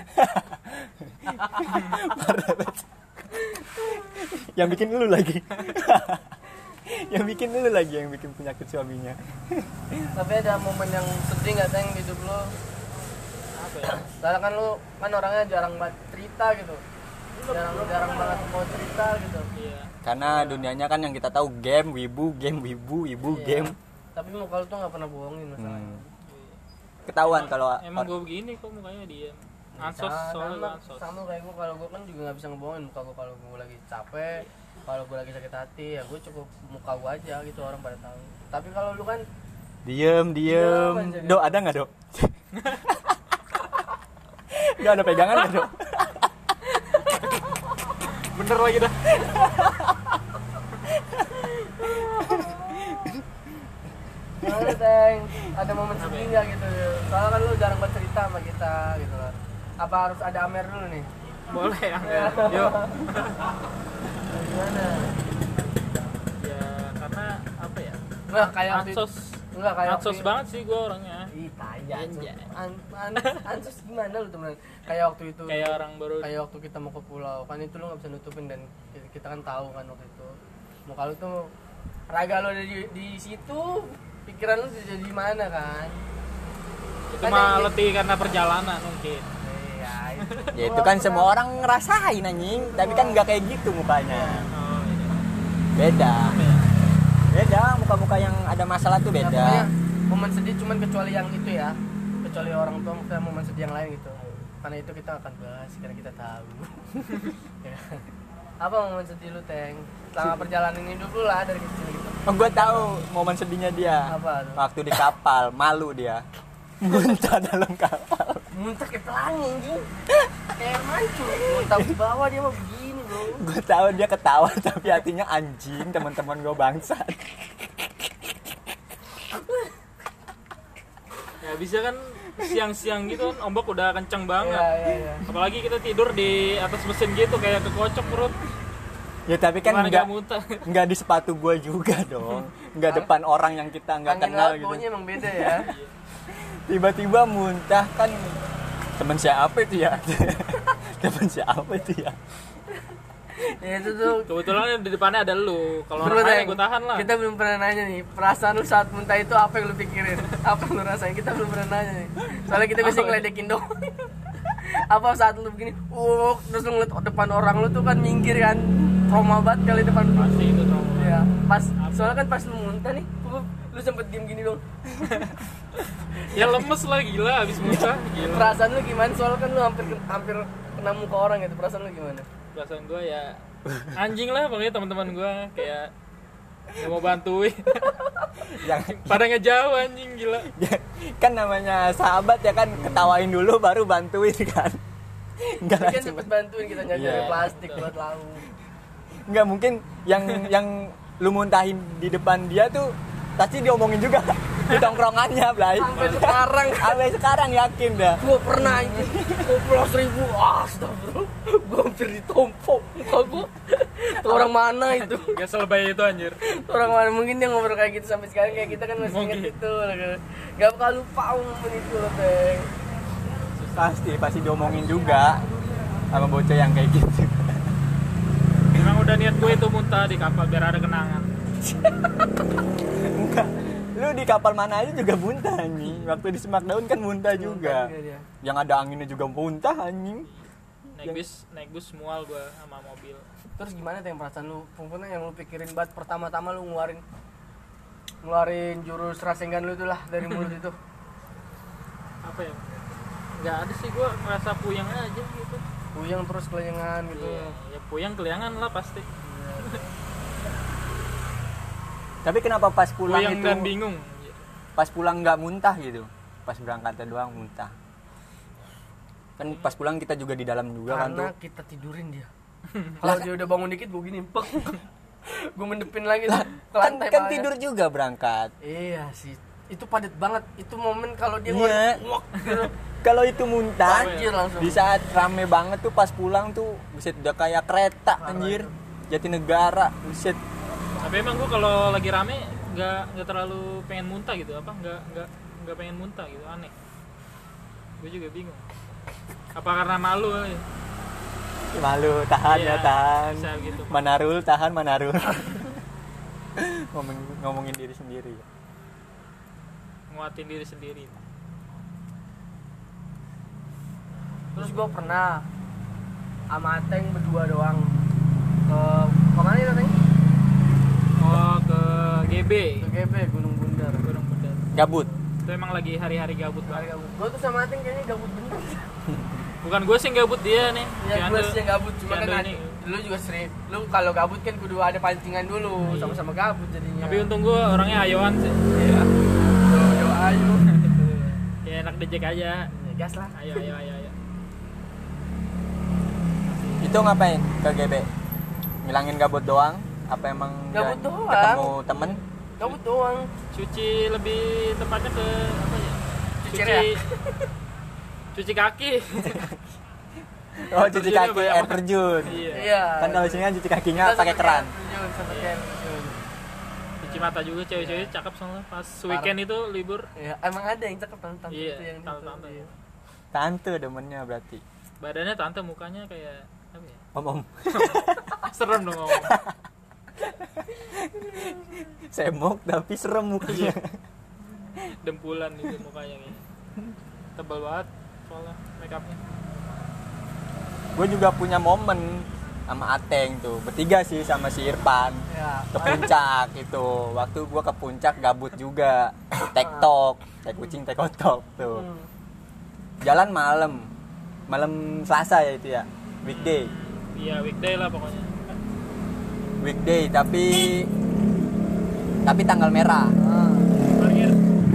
[SPEAKER 1] Yang bikin lu lagi. Yang bikin lu lagi yang bikin penyakit suaminya.
[SPEAKER 2] Tapi ada momen yang sedih nggak Teng di hidup lo?
[SPEAKER 3] Apa ya?
[SPEAKER 2] Soalnya kan lu kan orangnya jarang banget cerita gitu. Jarang jarang banget mau cerita gitu.
[SPEAKER 3] Iya.
[SPEAKER 1] Karena dunianya kan yang kita tahu game, wibu, game, wibu, wibu,
[SPEAKER 2] Iya.
[SPEAKER 1] game.
[SPEAKER 2] Tapi muka lu tuh nggak pernah bohongin masalahnya.
[SPEAKER 1] Hmm. Ketahuan kalau
[SPEAKER 3] Emang gue begini kok mukanya dia. Ansos
[SPEAKER 2] Sama-
[SPEAKER 3] soalnya
[SPEAKER 2] sama,
[SPEAKER 3] gua ansos.
[SPEAKER 2] sama kayak gue kalau gue kan juga nggak bisa ngebohongin muka gue kalau gue lagi capek, kalau gue lagi sakit hati ya gue cukup muka gue aja gitu orang pada tahu. Tapi kalau lu kan
[SPEAKER 1] diem, diem.
[SPEAKER 2] Diam aja,
[SPEAKER 1] Do, ada nggak, Do? Gak ada pegangan nggak, Do?
[SPEAKER 3] Bener lagi dah.
[SPEAKER 2] Gimana Teng? Ada momen sedih nggak gitu? Soalnya kan lu jarang bercerita sama kita gitu loh. Apa harus ada Amer dulu nih?
[SPEAKER 3] Boleh ya. Yuk.
[SPEAKER 2] Gimana?
[SPEAKER 3] Ya karena apa ya?
[SPEAKER 2] Enggak kayak waktu itu-
[SPEAKER 3] Ansos.
[SPEAKER 2] Enggak kayak
[SPEAKER 3] Ansos
[SPEAKER 2] waktu-
[SPEAKER 3] banget sih gue orangnya.
[SPEAKER 2] Ih, tai
[SPEAKER 3] Anjay.
[SPEAKER 2] an, an, ansus gimana lu temen? Kayak waktu itu.
[SPEAKER 3] Kayak orang baru.
[SPEAKER 2] Kayak waktu kita mau ke pulau kan itu lu nggak bisa nutupin dan kita, kita kan tahu kan waktu itu. Muka lu tuh raga lu ada di, di situ, pikiran lu jadi di mana kan?
[SPEAKER 3] Itu
[SPEAKER 2] Kan
[SPEAKER 3] mah
[SPEAKER 2] yang-
[SPEAKER 3] letih karena perjalanan mungkin.
[SPEAKER 2] Iya, itu.
[SPEAKER 1] Ya itu kan semua orang ngerasain anjing, tapi kan nggak kayak gitu mukanya.
[SPEAKER 3] Oh iya.
[SPEAKER 1] Beda.
[SPEAKER 3] Apa ya?
[SPEAKER 1] Beda, muka-muka yang ada masalah tuh
[SPEAKER 2] Ya,
[SPEAKER 1] beda.
[SPEAKER 2] pokoknya momen sedih cuman kecuali yang itu ya, kecuali orang tua kita momen sedih yang lain gitu. Karena itu kita akan bahas karena kita tahu. Ya. Apa momen sedih lu Teng? Selama perjalanan hidup lu lah dari kecil gitu.
[SPEAKER 1] Oh, gue tahu momen sedihnya dia.
[SPEAKER 2] Apa tuh?
[SPEAKER 1] Waktu di kapal, malu dia. Muntah dalam kapal.
[SPEAKER 2] Muntah kayak pelangi anjing. Kayak mancung. Muntah ke bawah dia mah begini, Bro.
[SPEAKER 1] Gue tahu dia ketawa tapi hatinya anjing, teman-teman gue bangsat.
[SPEAKER 3] Ya bisa kan siang-siang gitu kan ombak udah kenceng banget.
[SPEAKER 2] Iya, iya, iya.
[SPEAKER 3] Apalagi kita tidur di atas mesin gitu kayak kekocok perut.
[SPEAKER 1] Ya tapi kan
[SPEAKER 3] Gimana
[SPEAKER 1] enggak
[SPEAKER 3] nggak muntah?
[SPEAKER 1] enggak di sepatu gue juga dong. Enggak depan orang yang kita enggak
[SPEAKER 2] Angin
[SPEAKER 1] kenal
[SPEAKER 2] laut
[SPEAKER 1] gitu.
[SPEAKER 2] baunya emang beda ya.
[SPEAKER 1] Tiba-tiba muntah kan teman siapa itu ya? Teman siapa itu ya?
[SPEAKER 2] Ya itu tuh
[SPEAKER 3] Kebetulan di depannya ada lu. Kalau
[SPEAKER 2] Bro,
[SPEAKER 3] orang lain
[SPEAKER 2] Teng,
[SPEAKER 3] gue tahan lah.
[SPEAKER 2] kita belum pernah nanya nih, perasaan lu saat muntah itu apa yang lu pikirin? Apa yang lu rasain? Kita belum pernah nanya nih. Soalnya kita biasanya ngeledekin dong. Apa saat lu begini, uh, terus lu ngeliat depan orang lu tuh kan minggir kan, trauma banget kali depan lu.
[SPEAKER 3] Pasti itu trauma.
[SPEAKER 2] Ya, pas soalnya kan pas lu muntah nih, lu, lu sempet diem gini dong.
[SPEAKER 3] Ya lemes lah gila abis muntah. Gila.
[SPEAKER 2] Perasaan lu gimana? Soalnya kan lu hampir hampir kena muka orang gitu. Perasaan lu gimana?
[SPEAKER 3] Perasaan gue ya anjing lah pokoknya teman-teman gue kayak nggak mau bantuin.
[SPEAKER 1] Yang
[SPEAKER 3] Pada ngejauh anjing gila.
[SPEAKER 1] kan namanya sahabat ya kan, ketawain dulu baru bantuin kan. Enggak
[SPEAKER 2] Tapi kan
[SPEAKER 1] langsung.
[SPEAKER 2] sempet bantuin kita nyari
[SPEAKER 1] Iya.
[SPEAKER 2] plastik buat lauk.
[SPEAKER 1] Enggak mungkin yang yang lu muntahin di depan dia tuh pasti diomongin juga di tongkrongannya, Blay.
[SPEAKER 2] Sampai sekarang.
[SPEAKER 1] Sampai sekarang yakin dah.
[SPEAKER 2] Gua pernah anjing koplos ribu, astagfirullah, gua hampir ditompok muka gua. Tuh orang mana itu?
[SPEAKER 3] Gak selebay itu anjir.
[SPEAKER 2] Tuh orang mana? Mungkin dia ngobrol kayak gitu sampai sekarang kayak kita kan masih inget
[SPEAKER 3] Mungkin.
[SPEAKER 2] itu. Gak bakal lupa momen itu loh, Teng.
[SPEAKER 1] Pasti pasti diomongin juga sama bocah yang kayak gitu.
[SPEAKER 3] Emang udah niat gue itu muntah di kapal biar ada kenangan.
[SPEAKER 1] Enggak. Lu di kapal mana aja juga muntah anjing. Waktu di Smackdown kan muntah juga.
[SPEAKER 2] Muntah dia.
[SPEAKER 1] Yang ada anginnya juga muntah anjing.
[SPEAKER 3] Naik bis, naik bus mual gue sama mobil.
[SPEAKER 2] Terus gimana Teng perasaan lu? Pokoknya yang lu pikirin banget pertama-tama lu ngeluarin ngeluarin jurus rasengan lu itu lah dari mulut itu.
[SPEAKER 3] Apa ya? Gak ada sih gue ngerasa puyeng aja gitu.
[SPEAKER 2] Puyeng terus kelengan gitu.
[SPEAKER 3] Iya, ya puyeng keliangan lah pasti.
[SPEAKER 1] Tapi kenapa pas pulang
[SPEAKER 3] Puyeng
[SPEAKER 1] itu
[SPEAKER 3] dan bingung.
[SPEAKER 1] pas pulang nggak muntah gitu? Pas berangkatnya doang muntah. Kan pas pulang kita juga di dalam juga kan
[SPEAKER 2] Karena
[SPEAKER 1] tuh.
[SPEAKER 2] kita tidurin dia. Kalau dia udah bangun dikit gue gini, pek. Gue mendepin lagi tuh ke
[SPEAKER 1] Kan,
[SPEAKER 2] lantai
[SPEAKER 1] kan
[SPEAKER 2] bawah.
[SPEAKER 1] tidur juga berangkat.
[SPEAKER 2] Iya sih. Itu padat banget. Itu momen kalau dia
[SPEAKER 1] Iya.
[SPEAKER 2] nguak gitu.
[SPEAKER 1] Kalau itu muntah,
[SPEAKER 2] Banjir langsung.
[SPEAKER 1] di saat rame banget tuh pas pulang tuh, buset udah kayak kereta anjir. Jatinegara, buset.
[SPEAKER 3] Tapi emang gue kalau lagi rame nggak nggak terlalu pengen muntah gitu apa nggak nggak nggak pengen muntah gitu aneh. Gue juga bingung. Apa karena malu kali?
[SPEAKER 1] Malu, tahan
[SPEAKER 3] Iya,
[SPEAKER 1] ya tahan.
[SPEAKER 3] bisa gitu.
[SPEAKER 1] Manarul, tahan Manarul. Ngomong, ngomongin diri sendiri.
[SPEAKER 3] Nguatin diri sendiri.
[SPEAKER 2] Terus gue pernah sama Ateng berdua doang ke kemana itu Ateng?
[SPEAKER 3] Oh ke G B.
[SPEAKER 2] Ke G B Gunung Bundar.
[SPEAKER 3] Gunung Bundar.
[SPEAKER 1] Gabut.
[SPEAKER 3] Itu emang lagi hari-hari gabut banget.
[SPEAKER 2] Gue tuh sama Ateng kayaknya gabut bener.
[SPEAKER 3] Bukan gue sih yang gabut dia nih.
[SPEAKER 2] Ya
[SPEAKER 3] Si
[SPEAKER 2] gue
[SPEAKER 3] Ando-
[SPEAKER 2] sih yang gabut cuma
[SPEAKER 3] si
[SPEAKER 2] kan
[SPEAKER 3] Ando
[SPEAKER 2] ada,
[SPEAKER 3] ini.
[SPEAKER 2] lu juga sering. Lu kalau gabut kan kudu ada pancingan dulu,
[SPEAKER 3] Iya.
[SPEAKER 2] sama-sama gabut jadinya.
[SPEAKER 3] Tapi untung gue orangnya ayoan sih.
[SPEAKER 2] Iya. Yo ayo.
[SPEAKER 3] Ya enak dejek aja.
[SPEAKER 2] Ya, gas lah.
[SPEAKER 3] Ayo ayo ayo ayo.
[SPEAKER 1] Itu ngapain ke G B? Ngilangin gabut doang? Apa emang
[SPEAKER 2] Gabut
[SPEAKER 1] ya,
[SPEAKER 2] doang.
[SPEAKER 1] ketemu temen?
[SPEAKER 2] Gabut doang.
[SPEAKER 3] Cuci lebih tepatnya ke apa ya?
[SPEAKER 2] Cuci reak.
[SPEAKER 3] Cuci kaki.
[SPEAKER 1] Oh, cuci
[SPEAKER 3] Terjunnya
[SPEAKER 1] kaki
[SPEAKER 3] banyak
[SPEAKER 1] air
[SPEAKER 3] banget.
[SPEAKER 1] terjun.
[SPEAKER 3] Iya.
[SPEAKER 2] Iya.
[SPEAKER 1] Kan kalau sini kan cuci kakinya
[SPEAKER 2] Kita
[SPEAKER 1] pakai
[SPEAKER 2] sempet
[SPEAKER 1] keran.
[SPEAKER 2] air terjun, sempet
[SPEAKER 3] Iya.
[SPEAKER 2] air terjun.
[SPEAKER 3] Cuci mata juga cewek-cewek cakep soalnya pas weekend itu libur.
[SPEAKER 2] Iya, emang ada yang cakep tante
[SPEAKER 3] Iya,
[SPEAKER 2] itu yang itu.
[SPEAKER 3] tante-tante.
[SPEAKER 2] Iya.
[SPEAKER 1] Tante demennya berarti.
[SPEAKER 3] Badannya tante, mukanya kayak apa ya?
[SPEAKER 1] Om-om.
[SPEAKER 3] Serem dong ngomong.
[SPEAKER 1] Semok tapi serem mukanya.
[SPEAKER 3] Dempulan itu mukanya kayaknya. Tebal banget soalnya make upnya.
[SPEAKER 1] Gue juga punya momen sama Ateng tuh, bertiga sih sama si Irfan.
[SPEAKER 2] Ya.
[SPEAKER 1] Ke puncak itu. Waktu gue ke puncak gabut juga. TikTok, teh kucing teh kotok tuh.
[SPEAKER 2] Hmm.
[SPEAKER 1] Jalan malam. Malam Selasa ya itu ya. Weekday.
[SPEAKER 3] Iya, weekday lah pokoknya.
[SPEAKER 1] Weekday tapi tapi tanggal merah.
[SPEAKER 2] Ah.
[SPEAKER 3] Parkir.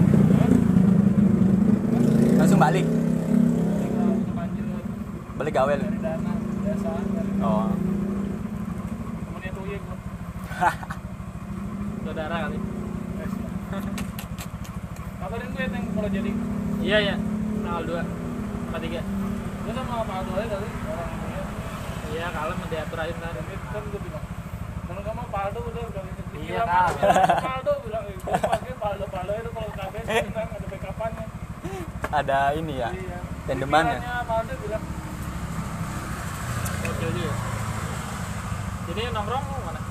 [SPEAKER 1] Langsung balik.
[SPEAKER 3] Banjir lagi.
[SPEAKER 1] Balik gawe lu.
[SPEAKER 3] Dari dana biasa dari
[SPEAKER 1] Oh.
[SPEAKER 3] temennya tuh ya gua. Saudara kali. Kabarin gue yang kalau jadi. Iya ya. Tanggal dua sama tiga. Gue sama tanggal dua kali orang ini. Iya, kalem diaturain tadi. Kan gue bilang. Kalau kamu Paldo udah udah
[SPEAKER 2] Iya, Kak.
[SPEAKER 3] Paldo bilang, gue pakai Paldo Paldo itu kalau K B S bilang ada backupannya.
[SPEAKER 1] Ada ini ya.
[SPEAKER 3] Iya.
[SPEAKER 1] Tandemannya.
[SPEAKER 3] Pikirannya Paldo bilang. Oke juga. Jadi nongkrong lu mana?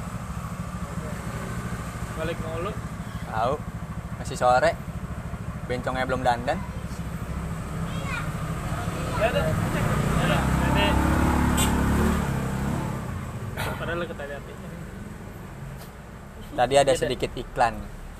[SPEAKER 3] Balik mulu.
[SPEAKER 1] Tahu. Masih sore. Bencongnya belum dandan.
[SPEAKER 3] Ya udah, cek. Ya udah, nanti. Padahal kita hati.
[SPEAKER 1] Tadi ada
[SPEAKER 3] Beda.
[SPEAKER 1] sedikit iklan.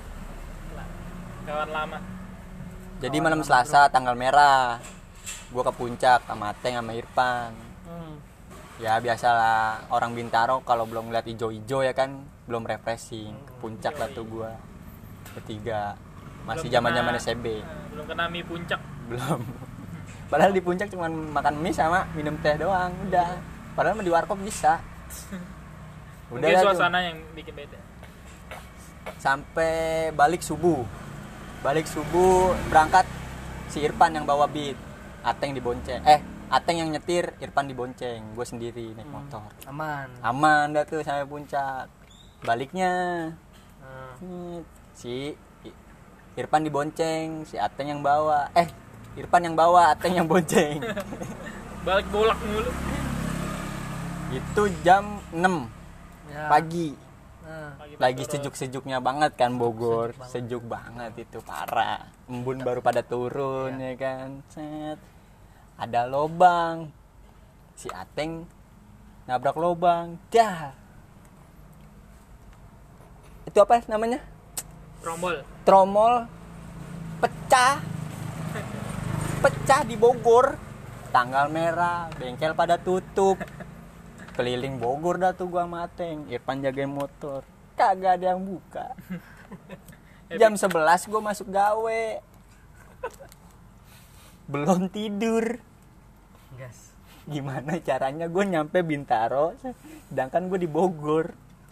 [SPEAKER 3] Kawan lama.
[SPEAKER 1] Jadi
[SPEAKER 2] Kawan
[SPEAKER 1] malam
[SPEAKER 2] lama,
[SPEAKER 1] Selasa tanggal merah. Gua ke puncak sama Ateng sama Irfan.
[SPEAKER 2] Hmm.
[SPEAKER 1] Ya biasalah orang Bintaro kalau belum lihat ijo-ijo ya kan belum refreshing. Ke puncak lah tuh gua. Bertiga. Masih
[SPEAKER 3] Belum
[SPEAKER 1] zaman-zaman
[SPEAKER 3] kena-
[SPEAKER 1] S M B.
[SPEAKER 3] eh, Belum kena mie puncak.
[SPEAKER 1] Belum. Padahal di puncak cuma makan mie sama minum teh doang, udah. Padahal mah di warkop bisa. Udah
[SPEAKER 3] Mungkin
[SPEAKER 1] lah tuh.
[SPEAKER 3] suasana yang bikin beda.
[SPEAKER 1] Sampai balik subuh. Balik subuh berangkat si Irfan yang bawa beat, Ateng dibonceng. Eh, Ateng yang nyetir, Irfan dibonceng. Gue sendiri naik motor.
[SPEAKER 2] Aman.
[SPEAKER 1] Aman dah tuh sampai puncak. Baliknya
[SPEAKER 2] Nah.
[SPEAKER 1] nih, si Irfan dibonceng, si Ateng yang bawa. Eh, Irfan yang bawa, Ateng yang bonceng.
[SPEAKER 3] Balik bolak mulu.
[SPEAKER 1] Itu jam enam
[SPEAKER 2] Ya.
[SPEAKER 1] pagi.
[SPEAKER 2] Nah.
[SPEAKER 3] Pagi
[SPEAKER 1] Lagi
[SPEAKER 3] turun.
[SPEAKER 1] sejuk-sejuknya banget kan Bogor.
[SPEAKER 2] Sejuk banget.
[SPEAKER 1] Sejuk banget itu parah. Embun baru pada turun ya kan. Set. Ada lobang. Si Ateng nabrak lobang. Dah. Itu apa namanya?
[SPEAKER 3] Trombol.
[SPEAKER 1] Tromol pecah. Pecah di Bogor. Tanggal merah, bengkel pada tutup. Keliling Bogor dah tuh gua sama Ateng. Irfan jagain motor. Kagak ada yang buka. Jam sebelas gua masuk gawe. Belum tidur.
[SPEAKER 2] Gas.
[SPEAKER 1] Gimana caranya gue nyampe Bintaro sedangkan gue di Bogor.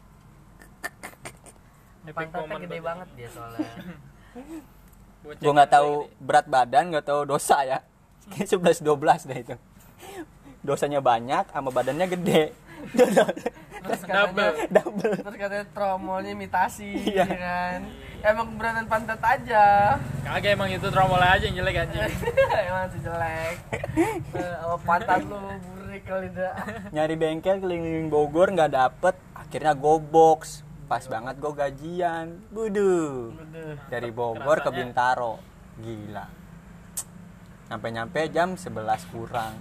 [SPEAKER 3] Epic
[SPEAKER 2] Pantatnya
[SPEAKER 3] moment
[SPEAKER 2] gede
[SPEAKER 3] banget.
[SPEAKER 2] banget dia soalnya.
[SPEAKER 3] Bocah
[SPEAKER 1] Gue nggak tahu
[SPEAKER 3] gede.
[SPEAKER 1] berat badan, nggak tahu dosa ya. Kayak sebelas dua belas dah itu. Dosanya banyak sama badannya gede.
[SPEAKER 2] Terus katanya,
[SPEAKER 1] Double.
[SPEAKER 2] terus katanya tromolnya imitasi,
[SPEAKER 1] Iya.
[SPEAKER 2] ya kan? Emang keberatan pantat aja.
[SPEAKER 3] Kagak, emang itu trombol aja yang jelek anjing.
[SPEAKER 2] Emang sih jelek. Eh, sama pantat lu burik kali dah.
[SPEAKER 1] Nyari bengkel keliling Bogor nggak dapet. Akhirnya go box. Pas banget gue gajian. Buduh.
[SPEAKER 2] Aduh.
[SPEAKER 1] Dari Bogor ke
[SPEAKER 3] Kerasanya.
[SPEAKER 1] Bintaro. Gila. Nyampe-nyampe jam sebelas kurang.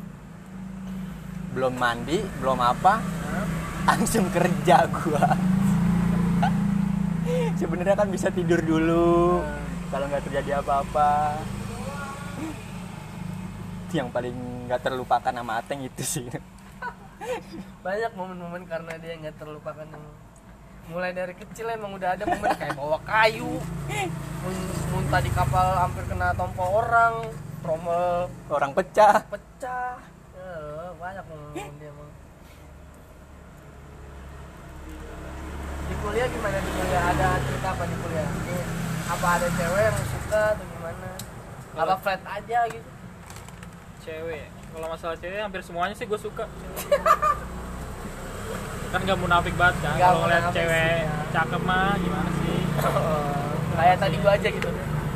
[SPEAKER 1] Belum mandi, belum apa. Langsung kerja gua. Sebenarnya kan bisa tidur dulu. Kalau nggak terjadi apa-apa. Itu yang paling nggak terlupakan sama Ateng itu sih.
[SPEAKER 2] Banyak momen-momen karena dia nggak terlupakan yang mulai dari kecil emang udah ada momen kayak bawa kayu, mun- muntah di kapal hampir kena tompo orang, tromol
[SPEAKER 1] Orang pecah.
[SPEAKER 2] pecah. Ya, banyak momen dia emang. Di kuliah gimana di kuliah? Ada cerita apa di kuliah? Ini, apa ada cewek yang suka atau gimana? Apa flat aja gitu?
[SPEAKER 3] Cewek, kalau masalah cewek hampir semuanya sih gue suka. Kan nggak munafik banget kan,
[SPEAKER 2] Nggak
[SPEAKER 3] kalau ngeliat
[SPEAKER 2] munafik
[SPEAKER 3] cewek
[SPEAKER 2] sih, ya.
[SPEAKER 3] cakep mah gimana sih.
[SPEAKER 2] Oh, kayak tadi gua aja gitu.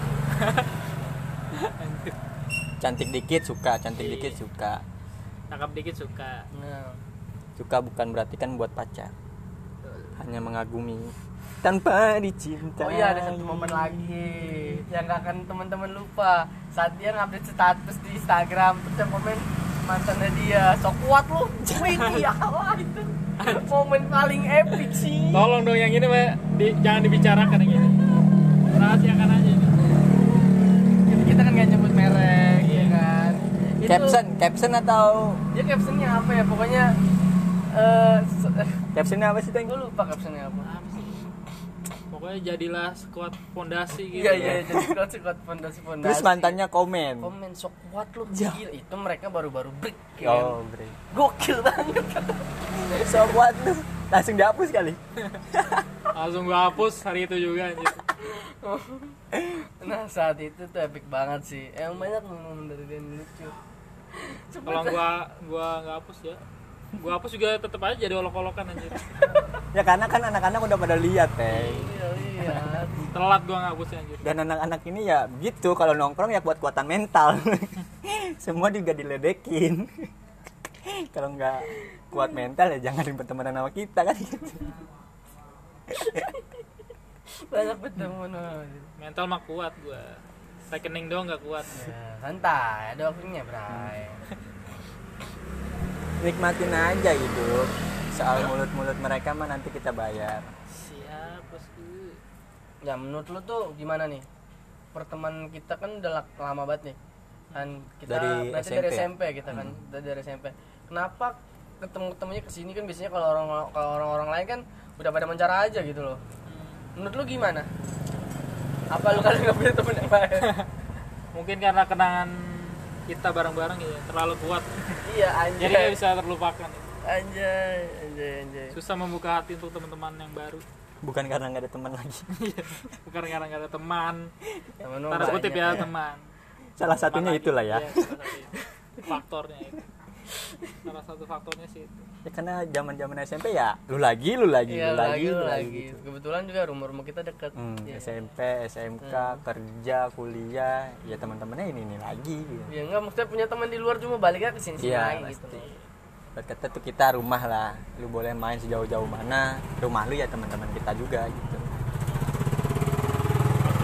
[SPEAKER 1] Cantik dikit suka, cantik
[SPEAKER 3] Iya.
[SPEAKER 1] dikit suka.
[SPEAKER 3] Cakep dikit suka.
[SPEAKER 2] Nah,
[SPEAKER 1] Suka bukan berarti kan buat pacar. Hanya mengagumi tanpa dicintai.
[SPEAKER 2] oh iya ada satu momen lagi yang gak akan teman-teman lupa saat dia ngupdate status di Instagram terus yang komen mantannya dia sok kuat lu. Wih, iya wah, itu momen paling epic sih.
[SPEAKER 3] Tolong dong yang ini Mbak, di, jangan dibicarakan yang ini. Rahasiakan aja ini.
[SPEAKER 2] Kita, kita kan gak nyebut merek ya kan. Itu,
[SPEAKER 1] Caption, caption atau
[SPEAKER 2] dia captionnya apa ya pokoknya eh
[SPEAKER 1] captionnya apa sih, Teng?
[SPEAKER 2] gue lupa captionnya apa.
[SPEAKER 3] Apa sih? Pokoknya jadilah sekuat fondasi gitu.
[SPEAKER 2] Iya iya jadi kuat kuat fondasi fondasi.
[SPEAKER 1] Terus mantannya komen.
[SPEAKER 2] komen sok kuat lu
[SPEAKER 1] Ya.
[SPEAKER 2] gila itu mereka baru-baru break ya.
[SPEAKER 1] Oh, bre.
[SPEAKER 2] Gokil banget.
[SPEAKER 1] So what tuh? Langsung dihapus kali.
[SPEAKER 3] Langsung gue hapus hari itu juga anjir.
[SPEAKER 2] Nah saat itu tuh epic banget sih. Emang banyak momen dari dia yang lucu.
[SPEAKER 3] Kalau gua gua nggak hapus ya. Gua hapus juga tetap aja jadi olok-olokan anjir.
[SPEAKER 1] Ya karena kan anak-anak udah pada lihat, Teng.
[SPEAKER 2] Iya iya.
[SPEAKER 3] Telat gua ngapusnya anjir.
[SPEAKER 1] Dan anak-anak ini ya begitu, kalau nongkrong ya kuat-kuatan mental. Semua juga diledekin. Kalau nggak kuat mental ya jangan berteman sama kita kan gitu.
[SPEAKER 2] Banyak berteman.
[SPEAKER 3] Mental mah kuat gua. Rekening doang nggak kuat.
[SPEAKER 2] Ya, santai, ada waktunya, Bray.
[SPEAKER 1] Nikmatin aja hidup. Soal mulut-mulut mereka mah nanti kita bayar.
[SPEAKER 3] Siap bosku.
[SPEAKER 2] Ya menurut lu tuh gimana nih? Pertemanan kita kan udah la- lama banget nih. Kan kita
[SPEAKER 1] Dari
[SPEAKER 2] berarti
[SPEAKER 1] S M P
[SPEAKER 2] dari
[SPEAKER 1] ya?
[SPEAKER 2] S M P kita kan, dari, dari S M P. Kenapa ketemu-ketemunya kesini kan biasanya kalau orang kalau orang-orang lain kan udah pada mencara aja gitu loh. Menurut lu gimana? Apa lu kalian nggak punya temen yang lain?
[SPEAKER 3] Mungkin karena kenangan kita bareng-bareng ya terlalu kuat.
[SPEAKER 2] Iya anjay.
[SPEAKER 3] Jadi nggak bisa terlupakan.
[SPEAKER 2] Anjay, anjay, anjay.
[SPEAKER 3] Susah membuka hati untuk teman-teman yang baru.
[SPEAKER 1] Bukan karena nggak ada teman lagi.
[SPEAKER 3] Bukan karena nggak ada teman.
[SPEAKER 2] Temen lu
[SPEAKER 3] Tanda kutip
[SPEAKER 2] banyak
[SPEAKER 3] ya teman.
[SPEAKER 1] Salah satunya
[SPEAKER 3] Teman
[SPEAKER 1] itulah
[SPEAKER 3] lagi.
[SPEAKER 1] ya.
[SPEAKER 3] Iya, salah satu itu. Faktornya itu. Salah satu faktornya sih itu.
[SPEAKER 1] Ya karena zaman-zaman S M P ya lu lagi, lu lagi,
[SPEAKER 2] Iya,
[SPEAKER 1] lu lagi,
[SPEAKER 2] lu
[SPEAKER 1] lu
[SPEAKER 2] lagi.
[SPEAKER 1] lagi. gitu.
[SPEAKER 2] Kebetulan juga rumah-rumah kita dekat.
[SPEAKER 1] Hmm,
[SPEAKER 2] Iya.
[SPEAKER 1] S M P, S M K, kerja, kuliah, ya teman-temannya ini ini lagi gitu.
[SPEAKER 2] Ya enggak maksudnya punya teman di luar cuma baliknya ke sini
[SPEAKER 1] Iya,
[SPEAKER 2] lagi gitu.
[SPEAKER 1] pasti. Buat kata tuh kita rumah lah, lu boleh main sejauh-jauh mana, rumah lu ya teman-teman kita juga gitu.
[SPEAKER 3] Oke.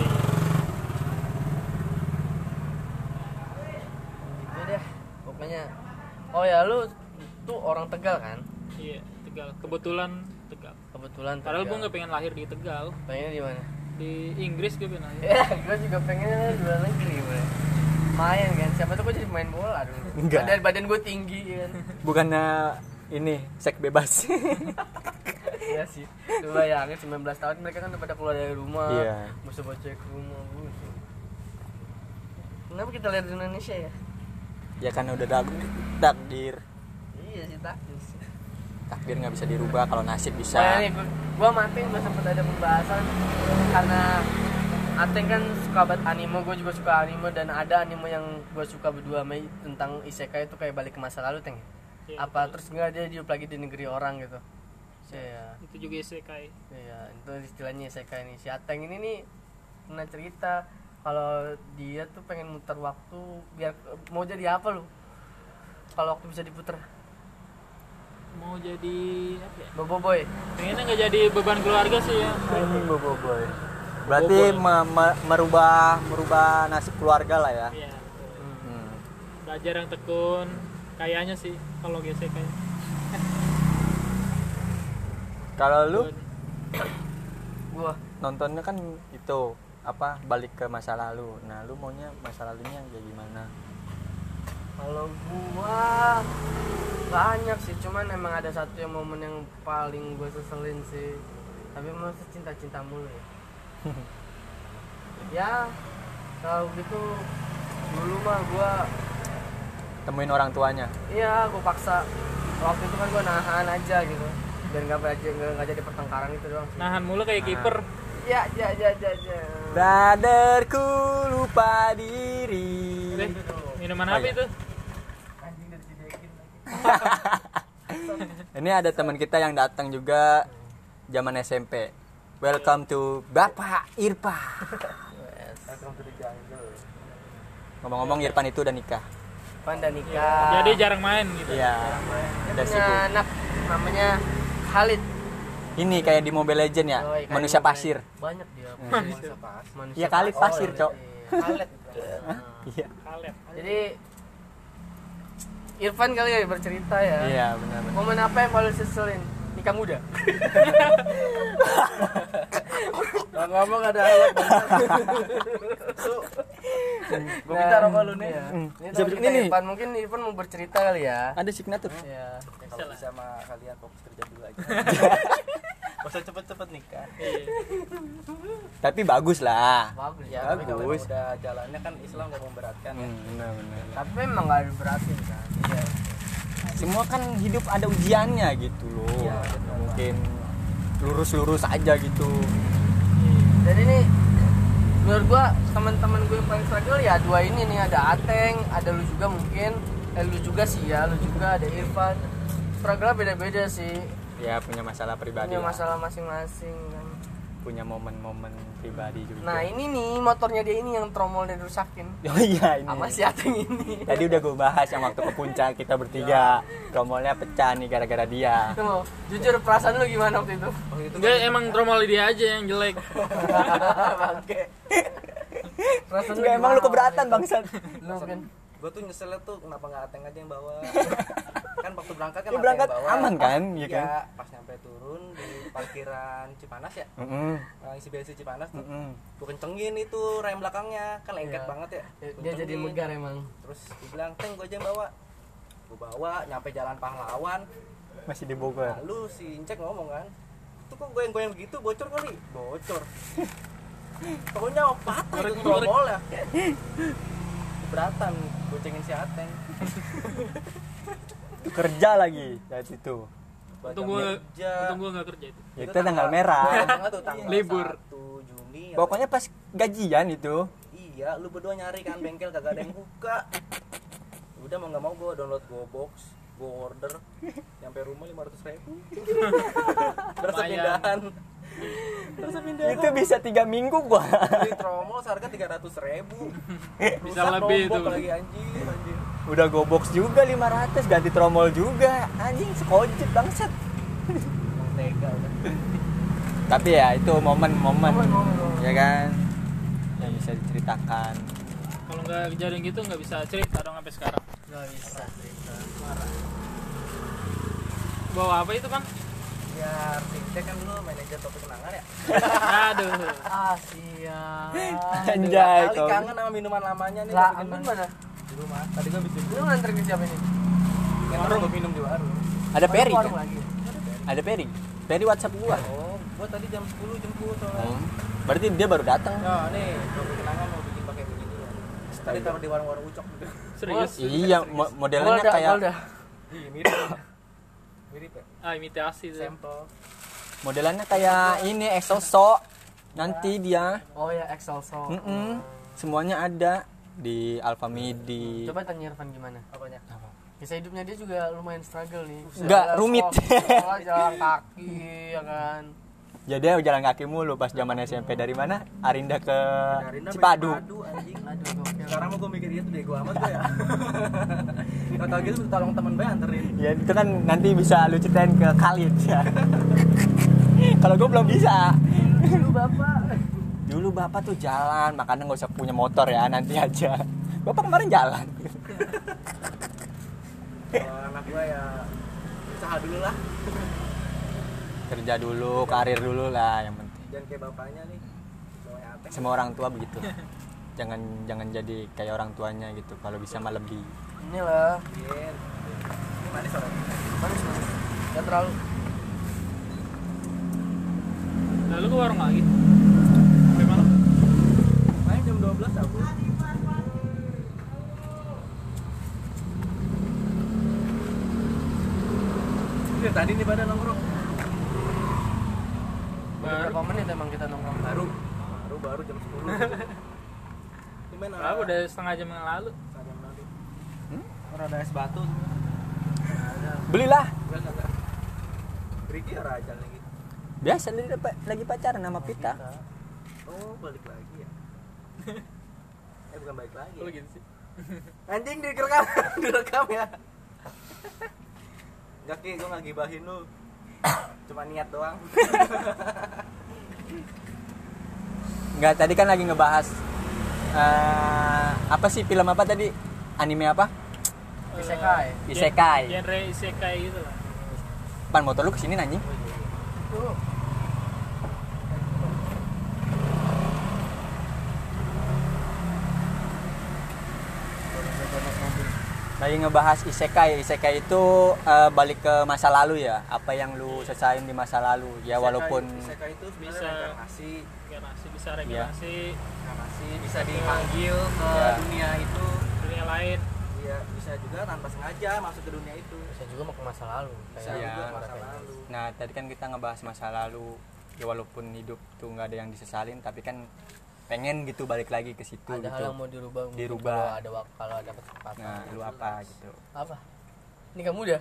[SPEAKER 2] Gitu deh. Pokoknya oh ya lu tuh orang Tegal kan?
[SPEAKER 3] Iya, Tegal. Kebetulan Tegal.
[SPEAKER 2] Kebetulan
[SPEAKER 3] Padahal
[SPEAKER 2] Tegal.
[SPEAKER 3] gue nggak pengen lahir di Tegal.
[SPEAKER 2] pengennya di mana?
[SPEAKER 3] Di Inggris gue pengen lahir.
[SPEAKER 2] Ya, gue juga pengennya di luar negeri, Bro. Main kan, siapa tuh gue jadi main bola dulu.
[SPEAKER 1] Enggak.
[SPEAKER 2] Badan badan gue tinggi kan.
[SPEAKER 1] Bukannya ini seks bebas.
[SPEAKER 2] Iya sih. Lu bayangin sembilan belas tahun mereka kan udah pada keluar dari rumah.
[SPEAKER 1] Iya.
[SPEAKER 2] Mesti bawa cek rumah, buset. Kenapa kita lihat di Indonesia ya?
[SPEAKER 1] Ya karena udah dak- takdir.
[SPEAKER 2] Iya sih taktis.
[SPEAKER 1] Takdir nggak bisa dirubah, kalau nasib bisa.
[SPEAKER 2] Nah, nih, gua, gua mati gua sempet ada pembahasan karena Ateng kan suka banget anime, gue juga suka anime dan ada anime yang gue suka berdua Mei tentang isekai itu kayak balik ke masa lalu Teng.
[SPEAKER 3] Iya,
[SPEAKER 2] Apa
[SPEAKER 3] betul.
[SPEAKER 2] terus enggak dia hidup lagi di negeri orang gitu. Iya.
[SPEAKER 3] Itu juga isekai.
[SPEAKER 2] Iya, itu istilahnya isekai nih. Si Ateng ini nih pernah cerita kalau dia tuh pengen muter waktu biar mau jadi apa lu? Kalau waktu bisa diputer.
[SPEAKER 3] Mau jadi apa ya?
[SPEAKER 2] Bobo boy.
[SPEAKER 3] Pengennya nggak jadi beban keluarga sih ya.
[SPEAKER 1] Anjing bobo boy. Berarti me- me- merubah merubah nasib keluarga lah ya.
[SPEAKER 3] Iya.
[SPEAKER 1] Hmm.
[SPEAKER 3] Belajar yang tekun. Kayaknya sih kalau isekai.
[SPEAKER 1] Kalau lu
[SPEAKER 2] Gua
[SPEAKER 1] nontonnya kan itu apa balik ke masa lalu. Nah, lu maunya masa lalunya kayak gimana?
[SPEAKER 2] kalau gua banyak sih, cuman emang ada satu yang momen yang paling gua seselin sih. Tapi masa cinta-cinta mulu ya. Ya, kalau gitu dulu mah gua
[SPEAKER 1] Temuin orang tuanya.
[SPEAKER 2] iya gua paksa. Waktu itu kan gua nahan aja gitu. biar nggak aja nggak jadi pertengkaran itu doang sih.
[SPEAKER 3] Nahan mulu kayak kiper.
[SPEAKER 2] Ya ya ya ya ya.
[SPEAKER 1] Brotherku lupa diri.
[SPEAKER 3] Eh, minuman
[SPEAKER 1] Oh,
[SPEAKER 3] apa
[SPEAKER 1] iya.
[SPEAKER 3] itu?
[SPEAKER 2] Anjing udah disediain lagi.
[SPEAKER 1] Ini ada teman kita yang datang juga zaman S M P. Welcome to Bapak Irfan.
[SPEAKER 2] Welcome to the jungle.
[SPEAKER 1] Ngomong-ngomong Irfan itu udah nikah.
[SPEAKER 2] Pan dan nikah.
[SPEAKER 3] Jadi jarang main gitu.
[SPEAKER 1] Iya.
[SPEAKER 2] Dia
[SPEAKER 1] Udah
[SPEAKER 2] punya
[SPEAKER 1] sibuk.
[SPEAKER 2] anak namanya Khalid.
[SPEAKER 1] Ini kayak di Mobile Legend ya,
[SPEAKER 2] Oh, iya, kayak
[SPEAKER 1] manusia
[SPEAKER 2] Mobile
[SPEAKER 1] pasir.
[SPEAKER 2] Legends. Banyak dia.
[SPEAKER 3] Manusia
[SPEAKER 2] pasir.
[SPEAKER 1] Iya, Khalid pasir, Cok.
[SPEAKER 2] Khalid.
[SPEAKER 1] Iya.
[SPEAKER 3] Kalep.
[SPEAKER 2] Jadi Irfan kali ya bercerita ya.
[SPEAKER 1] Iya, benar-benar.
[SPEAKER 2] Momen apa yang paling seselin? Nikah muda.
[SPEAKER 4] Ngomong ada alat. Gue minta rokok lu nih.
[SPEAKER 2] Iya.
[SPEAKER 1] Hmm.
[SPEAKER 2] Ini
[SPEAKER 1] Bisa
[SPEAKER 2] teman
[SPEAKER 1] ini
[SPEAKER 2] kita
[SPEAKER 1] nih.
[SPEAKER 2] Irfan, mungkin Irfan mau bercerita kali ya.
[SPEAKER 1] Ada signature.
[SPEAKER 2] Iya.
[SPEAKER 4] Kalau bisa sama kalian fokus kerja dulu aja. Gak usah cepet-cepet nikah.
[SPEAKER 1] Tapi bagus lah.
[SPEAKER 2] Bagus
[SPEAKER 4] Ya,
[SPEAKER 2] ya.
[SPEAKER 4] tapi kalau
[SPEAKER 1] Bagus.
[SPEAKER 4] udah jalannya kan Islam gak memberatkan ya.
[SPEAKER 1] Hmm, benar-benar.
[SPEAKER 2] Tapi memang nggak beratin kan.
[SPEAKER 4] Iya.
[SPEAKER 1] Semua kan hidup ada ujiannya gitu loh.
[SPEAKER 4] Iya,
[SPEAKER 1] Nggak
[SPEAKER 4] betul.
[SPEAKER 1] mungkin lurus-lurus aja gitu.
[SPEAKER 2] Dan ini menurut gua teman-teman gue yang paling struggle ya dua ini nih, ada Ateng, ada lu juga mungkin, eh, lu juga sih ya, lu juga ada Irfan. Struggle beda-beda sih,
[SPEAKER 1] Ya punya masalah pribadi.
[SPEAKER 2] punya
[SPEAKER 1] lah.
[SPEAKER 2] masalah masing-masing kan.
[SPEAKER 1] Punya momen-momen pribadi juga.
[SPEAKER 2] Nah ini nih motornya dia ini yang tromolnya dirusakin
[SPEAKER 1] Oh iya ini.
[SPEAKER 2] sama si Ateng ini.
[SPEAKER 1] Tadi udah gue bahas yang waktu ke puncak kita bertiga. Tromolnya pecah nih gara-gara dia.
[SPEAKER 2] Tuh, jujur perasaan lu gimana waktu itu?
[SPEAKER 4] Waktu itu
[SPEAKER 3] Enggak, emang tromol dia aja yang jelek.
[SPEAKER 2] Bangke. Perasaan
[SPEAKER 1] Enggak emang lu
[SPEAKER 2] gimana?
[SPEAKER 1] keberatan bangsat.
[SPEAKER 2] Lu kan
[SPEAKER 4] gue tuh nyeselnya tuh kenapa nggak Ateng aja yang bawa. Kan waktu berangkat kan
[SPEAKER 1] Ya,
[SPEAKER 4] Ateng
[SPEAKER 1] berangkat
[SPEAKER 4] yang bawa.
[SPEAKER 1] aman kan, iya
[SPEAKER 4] Iya,
[SPEAKER 1] kan?
[SPEAKER 4] pas nyampe turun di parkiran Cipanas ya.
[SPEAKER 1] Heeh.
[SPEAKER 4] Nah, isi bensin Cipanas tuh.
[SPEAKER 1] Heeh.
[SPEAKER 4] Gue kencengin itu rem belakangnya, kan lengket
[SPEAKER 2] Iya.
[SPEAKER 4] banget ya.
[SPEAKER 2] dia
[SPEAKER 4] Kencengin.
[SPEAKER 2] jadi megar emang.
[SPEAKER 4] Terus gue bilang, "Teng, gue aja yang bawa." Gue bawa nyampe Jalan Pahlawan.
[SPEAKER 1] Masih di Bogor.
[SPEAKER 4] Lalu si Incek ngomong kan, "Itu kok goyang-goyang begitu, bocor kali." Bocor. Pokoknya patah itu tromol ya. Keberatan gocengin si Ateng.
[SPEAKER 1] Itu kerja lagi saat itu.
[SPEAKER 4] Buat
[SPEAKER 3] Untung
[SPEAKER 4] jam
[SPEAKER 3] gua
[SPEAKER 4] kerja.
[SPEAKER 3] untung gua enggak kerja itu.
[SPEAKER 1] Itu tanggal merah.
[SPEAKER 4] Tanggal tuh tanggal
[SPEAKER 3] Libur.
[SPEAKER 4] satu Juni. ya.
[SPEAKER 1] Pokoknya pas gajian itu.
[SPEAKER 4] Iya, lu berdua nyari kan bengkel kagak ada yang buka. Udah mau nggak mau gue download GoBox, gue order, nyampe rumah lima ratus ribu. Berasa
[SPEAKER 3] Lumayan.
[SPEAKER 4] pindahan. Berasa pindahan.
[SPEAKER 1] Itu bisa tiga minggu gua.
[SPEAKER 4] Beli tromol seharga tiga ratus ribu.
[SPEAKER 3] Bisa lebih itu.
[SPEAKER 4] lagi anjing, anjing.
[SPEAKER 1] Udah gobox juga lima ratus, ganti tromol juga. Anjing sekojit bangsat.
[SPEAKER 4] Emang tega udah.
[SPEAKER 1] Tapi ya itu momen-momen
[SPEAKER 2] Momen-momen.
[SPEAKER 1] ya kan yang bisa diceritakan.
[SPEAKER 3] Kalau nggak kejadian gitu nggak bisa cerita dong sampai sekarang.
[SPEAKER 2] Gak bisa cerita.
[SPEAKER 3] Bawa apa itu, Bang?
[SPEAKER 4] Biar Incek kan lu manajer topik kenangan ya.
[SPEAKER 3] Aduh.
[SPEAKER 2] Ah siap.
[SPEAKER 1] Anjay
[SPEAKER 4] Kali
[SPEAKER 1] kau.
[SPEAKER 4] kangen sama minuman lamanya nih.
[SPEAKER 2] Lah,
[SPEAKER 4] gua bikin
[SPEAKER 2] aman mana?
[SPEAKER 4] di rumah. Tadi gue bikin
[SPEAKER 2] Lu nganter ke siapa ini?
[SPEAKER 4] yang terus gue minum di warung.
[SPEAKER 1] Ada Peri
[SPEAKER 2] Warung
[SPEAKER 1] kan?
[SPEAKER 2] lagi.
[SPEAKER 1] Ada Peri. Peri WhatsApp gua.
[SPEAKER 4] Oh, gua tadi jam sepuluh jemput soalnya.
[SPEAKER 1] Oh. Berarti dia baru datang.
[SPEAKER 4] Nah, nih, topik kenangan mau bikin pakai begini ya. Tadi taruh di warung-warung ucok gitu.
[SPEAKER 3] Serius?
[SPEAKER 1] Iya, mo- modelnya
[SPEAKER 2] Golda,
[SPEAKER 1] kayak
[SPEAKER 2] Golda.
[SPEAKER 4] Iya, mirip. Mirip ya.
[SPEAKER 3] Ah, imitasi tuh.
[SPEAKER 4] Sampel.
[SPEAKER 1] modelannya kayak ini Exoso. Nanti dia
[SPEAKER 2] Oh ya Excelso.
[SPEAKER 1] Mm-mm. Semuanya ada di Alfamidi.
[SPEAKER 2] Coba tanya Irfan gimana?
[SPEAKER 4] Apanya?
[SPEAKER 2] Kisah hidupnya dia juga lumayan struggle nih.
[SPEAKER 1] Nggak,
[SPEAKER 2] Jalan
[SPEAKER 1] rumit.
[SPEAKER 2] sekolah, sekolah jalan kaki ya kan.
[SPEAKER 1] Jadi dia jalan kaki mulu pas zaman S M P dari mana? Arinda ke
[SPEAKER 4] Darinda
[SPEAKER 1] Cipadu.
[SPEAKER 4] Cipadu anjing.
[SPEAKER 2] Aduh gokil.
[SPEAKER 4] Sekarang mau gue mikir itu deh, gue amat gue ya. Kalau tau gitu tolong temen gue anterin.
[SPEAKER 1] Ya itu kan nanti bisa lu ceritain ke Khalid ya. Kalau gue belum bisa.
[SPEAKER 2] Dulu bapak.
[SPEAKER 1] Dulu bapak tuh jalan, makanya nggak usah punya motor ya, nanti aja. Bapak kemarin jalan.
[SPEAKER 4] Kalau anak gue ya usaha dulu lah.
[SPEAKER 1] Kerja dulu, karir dulu lah yang penting.
[SPEAKER 4] Jangan kayak bapaknya nih. Bawanya Ateng.
[SPEAKER 1] Semua orang tua begitu. Jangan jangan jadi kayak orang tuanya gitu. Kalau bisa mah lebih.
[SPEAKER 2] Inilah.
[SPEAKER 4] Iya. Ini manis orang.
[SPEAKER 2] Manis manis. Gak terlalu.
[SPEAKER 3] Lalu ke warung lagi. Sampai malam.
[SPEAKER 4] Main jam dua belas aku. Ini tadi nih pada nongkrong.
[SPEAKER 2] menit emang kita nongkrong?
[SPEAKER 4] Baru baru baru jam sepuluh. Gimana?
[SPEAKER 3] Ah, udah setengah jam yang lalu.
[SPEAKER 4] Setengah jam lalu.
[SPEAKER 1] Hmm?
[SPEAKER 4] Orang ada es batu sebenarnya.
[SPEAKER 1] Belilah.
[SPEAKER 4] Enggak enggak enggak. Ricky ya raja lagi.
[SPEAKER 1] Biasa lagi, lagi pacaran sama Pita.
[SPEAKER 4] Oh, balik lagi ya. Eh bukan balik lagi.
[SPEAKER 3] Kok
[SPEAKER 4] Ya?
[SPEAKER 3] gitu sih?
[SPEAKER 4] Anjing direkam, direkam ya. Enggak Ki, gua enggak gibahin lu. Cuma niat doang.
[SPEAKER 1] Enggak, tadi kan lagi ngebahas uh, apa sih film apa tadi? Anime apa?
[SPEAKER 2] Isekai.
[SPEAKER 1] Isekai.
[SPEAKER 3] Genre isekai gitu lah.
[SPEAKER 1] Pan motor lu kesini anjing.
[SPEAKER 2] Tuh.
[SPEAKER 1] Lagi ngebahas isekai. Isekai itu uh, balik ke masa lalu ya. Apa yang lu selesain di masa lalu. Ya walaupun
[SPEAKER 4] Isekai itu
[SPEAKER 3] Bisa.
[SPEAKER 4] bisa reinkarnasi,
[SPEAKER 3] Regenerasi bisa regenerasi
[SPEAKER 4] reinkarnasi bisa dipanggil ke
[SPEAKER 1] Ya.
[SPEAKER 4] dunia itu.
[SPEAKER 3] dunia lain.
[SPEAKER 4] Iya, bisa juga tanpa sengaja masuk ke dunia itu.
[SPEAKER 2] Bisa juga mau ke masa lalu.
[SPEAKER 4] Bisa
[SPEAKER 2] Kayak
[SPEAKER 1] Iya.
[SPEAKER 4] juga
[SPEAKER 2] orang
[SPEAKER 4] masa
[SPEAKER 2] kayak
[SPEAKER 4] lalu.
[SPEAKER 1] nah tadi kan kita ngebahas masa lalu. Ya walaupun hidup tuh nggak ada yang disesalin, tapi kan pengen gitu balik lagi ke situ
[SPEAKER 2] ada hal
[SPEAKER 1] gitu.
[SPEAKER 2] yang mau dirubah mungkin
[SPEAKER 1] Dirubah.
[SPEAKER 2] kalau ada wak- kalau ada kesempatan.
[SPEAKER 1] Nah, lu apa gitu.
[SPEAKER 2] Apa? Ini kamu udah?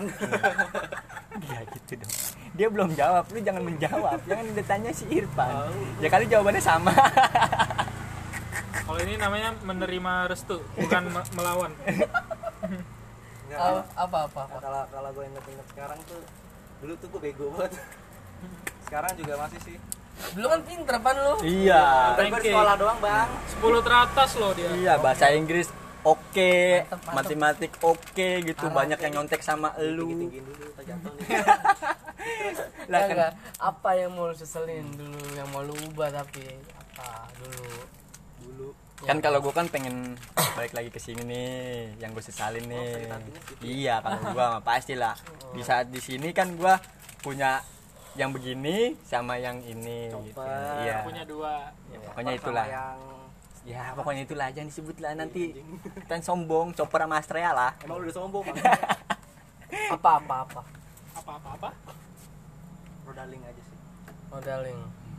[SPEAKER 1] Ya gitu dong. Dia belum jawab, lu jangan menjawab. Jangan ditanya si Irfan. Ya kali jawabannya sama.
[SPEAKER 3] Kalau ini namanya menerima restu, bukan me- melawan.
[SPEAKER 4] Enggak,
[SPEAKER 2] Apa apa apa?
[SPEAKER 4] Nah, kalau kalau gue inget-inget sekarang tuh dulu tuh gue bego banget. Sekarang juga masih sih.
[SPEAKER 2] Dulu kan pinter pan lu.
[SPEAKER 1] Iya.
[SPEAKER 4] Tapi gue di sekolah doang, Bang.
[SPEAKER 3] sepuluh teratas loh dia.
[SPEAKER 1] Iya, bahasa Inggris oke,
[SPEAKER 2] Mantep, mantep.
[SPEAKER 1] matematik oke gitu.
[SPEAKER 2] Parah.
[SPEAKER 1] Banyak yang nyontek sama elu.
[SPEAKER 4] Tinggi-tinggiin dulu, tak jatuh nih.
[SPEAKER 1] Lah
[SPEAKER 2] Enggak,
[SPEAKER 1] kan
[SPEAKER 2] enggak. Apa yang mau lu seselin dulu, yang mau lu ubah tapi apa dulu?
[SPEAKER 4] Dulu.
[SPEAKER 1] kan kalau gue kan pengen balik lagi ke sini nih, yang gue sesalin
[SPEAKER 4] Oh,
[SPEAKER 1] nih.
[SPEAKER 4] sakit hatinya gitu.
[SPEAKER 1] Iya, kalau gue mah pastilah. Di saat di sini kan gue punya yang begini sama yang ini gitu.
[SPEAKER 4] Chopper.
[SPEAKER 1] Iya.
[SPEAKER 3] Punya dua.
[SPEAKER 1] Ya, pokoknya
[SPEAKER 4] Sama
[SPEAKER 1] itulah.
[SPEAKER 4] Yang
[SPEAKER 1] Ya, pokoknya itulah, jangan disebut lah nanti. Kan sombong, Chopper sama Astrea lah.
[SPEAKER 4] emang lu udah sombong, Bang.
[SPEAKER 2] Apa apa apa?
[SPEAKER 3] Apa apa apa?
[SPEAKER 4] Rodaling aja sih.
[SPEAKER 2] Modeling.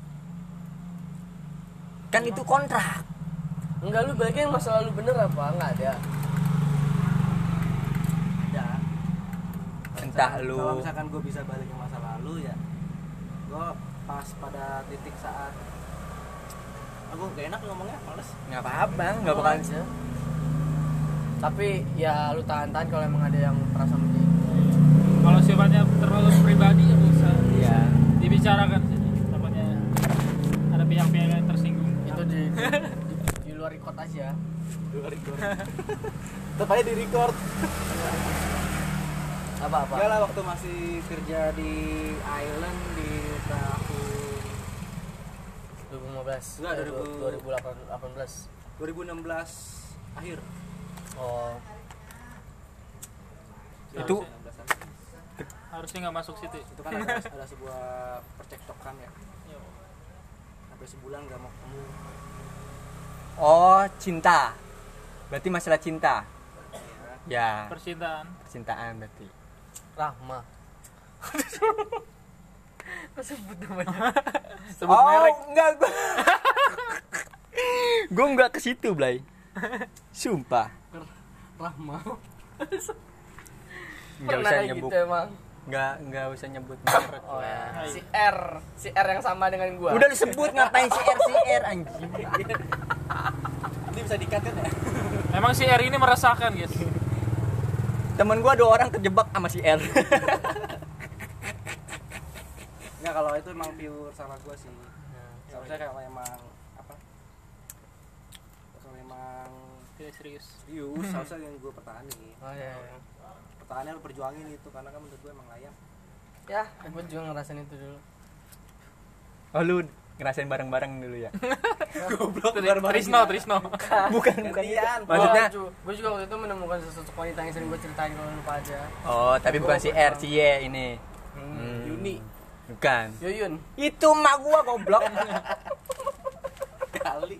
[SPEAKER 1] Kan itu kontrak.
[SPEAKER 2] Enggak, lu baliknya yang masa lalu bener apa? Enggak ada.
[SPEAKER 4] Ada.
[SPEAKER 1] Entah
[SPEAKER 4] Kalau
[SPEAKER 1] lu.
[SPEAKER 4] Kalau misalkan gue bisa balik ke masa lalu ya, gue pas pada titik saat aku gak enak ngomongnya, males.
[SPEAKER 1] Nggak apa-apa, nggak
[SPEAKER 2] Ngomong
[SPEAKER 1] bakal.
[SPEAKER 2] aja. Tapi ya lu tahan-tahan kalau emang ada yang perasa menjadi.
[SPEAKER 3] Kalau sifatnya terlalu pribadi ya nggak usah
[SPEAKER 1] Iya.
[SPEAKER 3] dibicarakan sih. Takutnya ada pihak-pihak yang tersinggung.
[SPEAKER 2] Itu di, di, di luar record aja.
[SPEAKER 4] Dua record. Tetap aja di record.
[SPEAKER 2] Apa apa?
[SPEAKER 4] Enggak lah, waktu masih kerja di Island di tahun
[SPEAKER 2] dua ribu lima belas.
[SPEAKER 4] Enggak,
[SPEAKER 2] Eh,
[SPEAKER 4] dua ribu.
[SPEAKER 2] dua ribu delapan belas.
[SPEAKER 4] dua ribu enam belas akhir.
[SPEAKER 2] Oh,
[SPEAKER 1] Itu
[SPEAKER 4] dua ribu enam belas akhir.
[SPEAKER 3] Harusnya nggak masuk situ.
[SPEAKER 4] Itu kan ada, ada sebuah percekcokan ya. Sampai sebulan gak mau ketemu.
[SPEAKER 1] oh, cinta. Berarti masalah cinta. Ya,
[SPEAKER 3] Percintaan.
[SPEAKER 1] percintaan berarti.
[SPEAKER 2] Rahma. Kok sebut namanya?
[SPEAKER 3] Sebut
[SPEAKER 1] oh,
[SPEAKER 3] merek.
[SPEAKER 1] enggak gua. Gua enggak ke situ, Blay. Sumpah.
[SPEAKER 2] Rahma.
[SPEAKER 1] Enggak
[SPEAKER 2] Pernah
[SPEAKER 1] usah
[SPEAKER 2] kayak
[SPEAKER 1] nyebut.
[SPEAKER 2] gitu emang.
[SPEAKER 1] Enggak, enggak usah nyebut merek.
[SPEAKER 2] Oh ya.
[SPEAKER 3] Hai.
[SPEAKER 2] Si R, si R yang sama dengan gua.
[SPEAKER 1] Udah disebut, ngapain si R si R anjing.
[SPEAKER 4] Ini bisa di-cut kan ya?
[SPEAKER 3] Emang si R ini merasakan guys.
[SPEAKER 1] Temen gua dua orang terjebak sama si R.
[SPEAKER 4] Enggak, kalau itu emang pure sama gua sih. Seharusnya kalau emang apa? Kalau emang
[SPEAKER 3] Tidak serius.
[SPEAKER 4] serius, seharusnya yang gua pertahanin.
[SPEAKER 2] Oh iya. iya.
[SPEAKER 4] Pertahanan lu perjuangin itu karena kan menurut gua emang layak.
[SPEAKER 2] Ya, gua juga ngerasain itu dulu.
[SPEAKER 1] Oh, lu ngerasain bareng-bareng dulu ya?
[SPEAKER 4] Goblok,
[SPEAKER 3] Trisno, Trisno.
[SPEAKER 1] Bukan, bukan.
[SPEAKER 4] Gantian.
[SPEAKER 1] Maksudnya,
[SPEAKER 2] gue juga waktu itu menemukan sosok wanita yang sering gue ceritain kalau lupa aja.
[SPEAKER 1] oh, tapi bukan si R, si Y ini.
[SPEAKER 2] Hmm.
[SPEAKER 1] Hmm.
[SPEAKER 4] Yuni.
[SPEAKER 1] Bukan.
[SPEAKER 2] Yuyun.
[SPEAKER 1] Itu emak gua goblok.
[SPEAKER 4] Kali.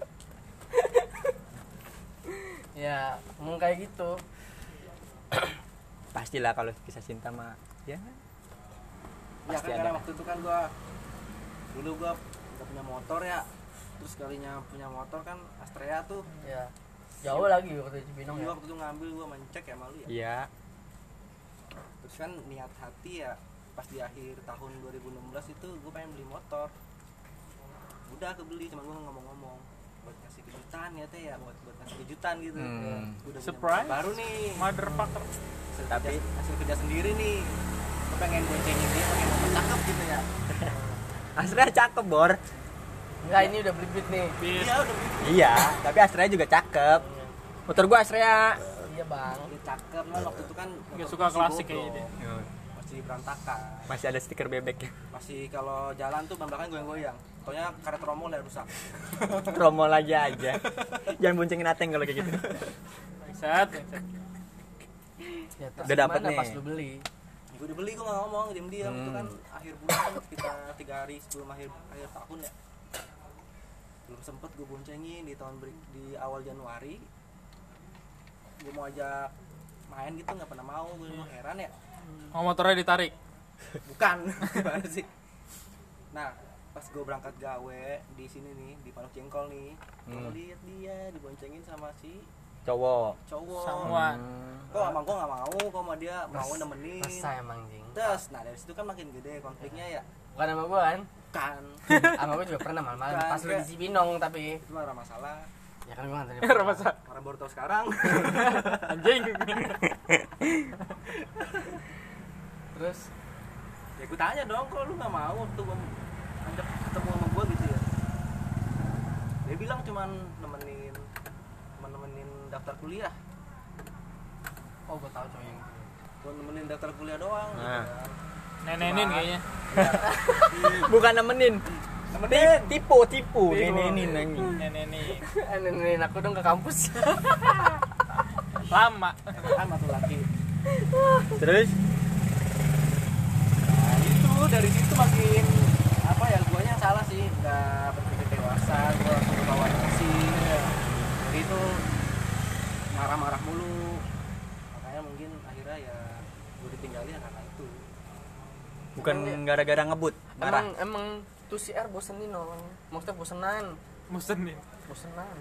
[SPEAKER 2] Ya, ngomong kayak gitu.
[SPEAKER 1] Pastilah kalau kisah cinta mah ya.
[SPEAKER 4] Ya
[SPEAKER 1] Pasti
[SPEAKER 4] kan
[SPEAKER 1] ada.
[SPEAKER 4] karena waktu itu kan gua dulu gua gak punya motor ya, terus kalinya punya motor kan Astrea tuh.
[SPEAKER 2] Ya. Jauh lagi waktu di Cibinong
[SPEAKER 4] Iya,
[SPEAKER 2] ya.
[SPEAKER 4] waktu itu ngambil gua mencek ya malu ya.
[SPEAKER 1] Iya.
[SPEAKER 4] Terus kan niat hati ya pas di akhir tahun dua ribu enam belas itu gua pengen beli motor. Udah kebeli, cuman gua ngomong-ngomong buat kasih kejutan ya teh ya, buat buat kasih kejutan gitu.
[SPEAKER 1] Hmm.
[SPEAKER 4] Gua udah punya
[SPEAKER 3] Surprise.
[SPEAKER 4] motor baru nih.
[SPEAKER 3] Motherfucker.
[SPEAKER 4] Hasil
[SPEAKER 1] Tapi-
[SPEAKER 4] kerja, hasil kerja sendiri nih. Gua pengen boncengin dia pakai motor cakep gitu ya.
[SPEAKER 1] Astrea cakep, Bor.
[SPEAKER 2] Enggak, ini udah beli-beli nih.
[SPEAKER 3] Bis.
[SPEAKER 4] Iya udah beli.
[SPEAKER 1] Iya, tapi Astrea juga cakep. Motor gua Astrea.
[SPEAKER 2] Iya, Bang.
[SPEAKER 4] Dia cakep kan waktu itu kan
[SPEAKER 3] Nggak
[SPEAKER 4] motor
[SPEAKER 3] suka
[SPEAKER 4] masih
[SPEAKER 3] klasik
[SPEAKER 4] bobrok,
[SPEAKER 3] kayaknya dia.
[SPEAKER 4] masih berantakan,
[SPEAKER 1] Masih ada stiker bebek ya.
[SPEAKER 4] masih kalau jalan tuh ban belakang goyang-goyang, pokoknya karet tromol ya rusak.
[SPEAKER 1] Promo lagi aja. Jangan boncengin Ateng kalau kayak gitu.
[SPEAKER 3] Bangsat, bangsat.
[SPEAKER 2] Ya, terus
[SPEAKER 1] Udah dapet
[SPEAKER 2] gimana
[SPEAKER 1] nih.
[SPEAKER 2] pas lu beli.
[SPEAKER 4] Gue udah beli, gue nggak ngomong, diam-diam.
[SPEAKER 1] Hmm.
[SPEAKER 4] Itu kan akhir bulan kan kita tiga hari sebelum akhir akhir tahun ya, belum sempet gue boncengin di tahun beri- di awal Januari. Gue mau ajak main gitu nggak pernah mau, gue mau heran ya.
[SPEAKER 3] Oh, motornya ditarik.
[SPEAKER 4] Bukan, gimana sih? Nah, pas gue berangkat gawe di sini nih, di Pondok Jengkol nih, gue
[SPEAKER 1] Hmm.
[SPEAKER 4] lihat dia diboncengin sama si
[SPEAKER 1] Cowok.
[SPEAKER 4] cowok.
[SPEAKER 3] Sama.
[SPEAKER 1] Hmm.
[SPEAKER 4] Kok sama gue nggak mau, kok sama dia mau nemenin.
[SPEAKER 2] Resah emang, Jing.
[SPEAKER 4] Terus, nah dari situ kan makin gede konfliknya ya.
[SPEAKER 2] Bukan sama gua kan?
[SPEAKER 4] Kan,
[SPEAKER 2] Sama gua juga pernah malam-malam
[SPEAKER 4] Bukan,
[SPEAKER 2] pas lu di
[SPEAKER 4] kayak-
[SPEAKER 2] Cibinong tapi
[SPEAKER 4] itu mah ada masalah.
[SPEAKER 2] ya kan gua nganterin.
[SPEAKER 3] Kenapa sih?
[SPEAKER 4] Orang baru tahu sekarang.
[SPEAKER 3] Anjing.
[SPEAKER 2] Terus
[SPEAKER 4] Ya gue tanya dong, kok lu nggak mau waktu gue ajak ketemu sama gue gitu ya. Dia bilang cuman nemenin, cuman nemenin daftar kuliah.
[SPEAKER 2] oh gua tahu cowok yang
[SPEAKER 4] Gue nemenin daftar kuliah doang.
[SPEAKER 1] Nah.
[SPEAKER 4] Gitu kan.
[SPEAKER 3] Nenenin kayaknya.
[SPEAKER 1] Bukan nemenin.
[SPEAKER 4] Nemenin.
[SPEAKER 1] Tipu, tipu.
[SPEAKER 3] Tipu.
[SPEAKER 1] Nenenin anjing.
[SPEAKER 3] Nenenin.
[SPEAKER 2] eh nenenin aku dong ke kampus.
[SPEAKER 3] Lama.
[SPEAKER 4] Kan satu lagi.
[SPEAKER 1] Terus
[SPEAKER 4] Nah itu dari situ makin apa ya, guanya yang salah sih, nggak berpikir dewasa, gue langsung bawa emosi. Jadi itu marah-marah mulu, makanya mungkin akhirnya ya gue ditinggalin karena itu.
[SPEAKER 1] bukan gara-gara ngebut, marah.
[SPEAKER 2] Emang emang tuh si R bosenin orang. Maksudnya bosenan,
[SPEAKER 3] Musenin.
[SPEAKER 2] bosenan.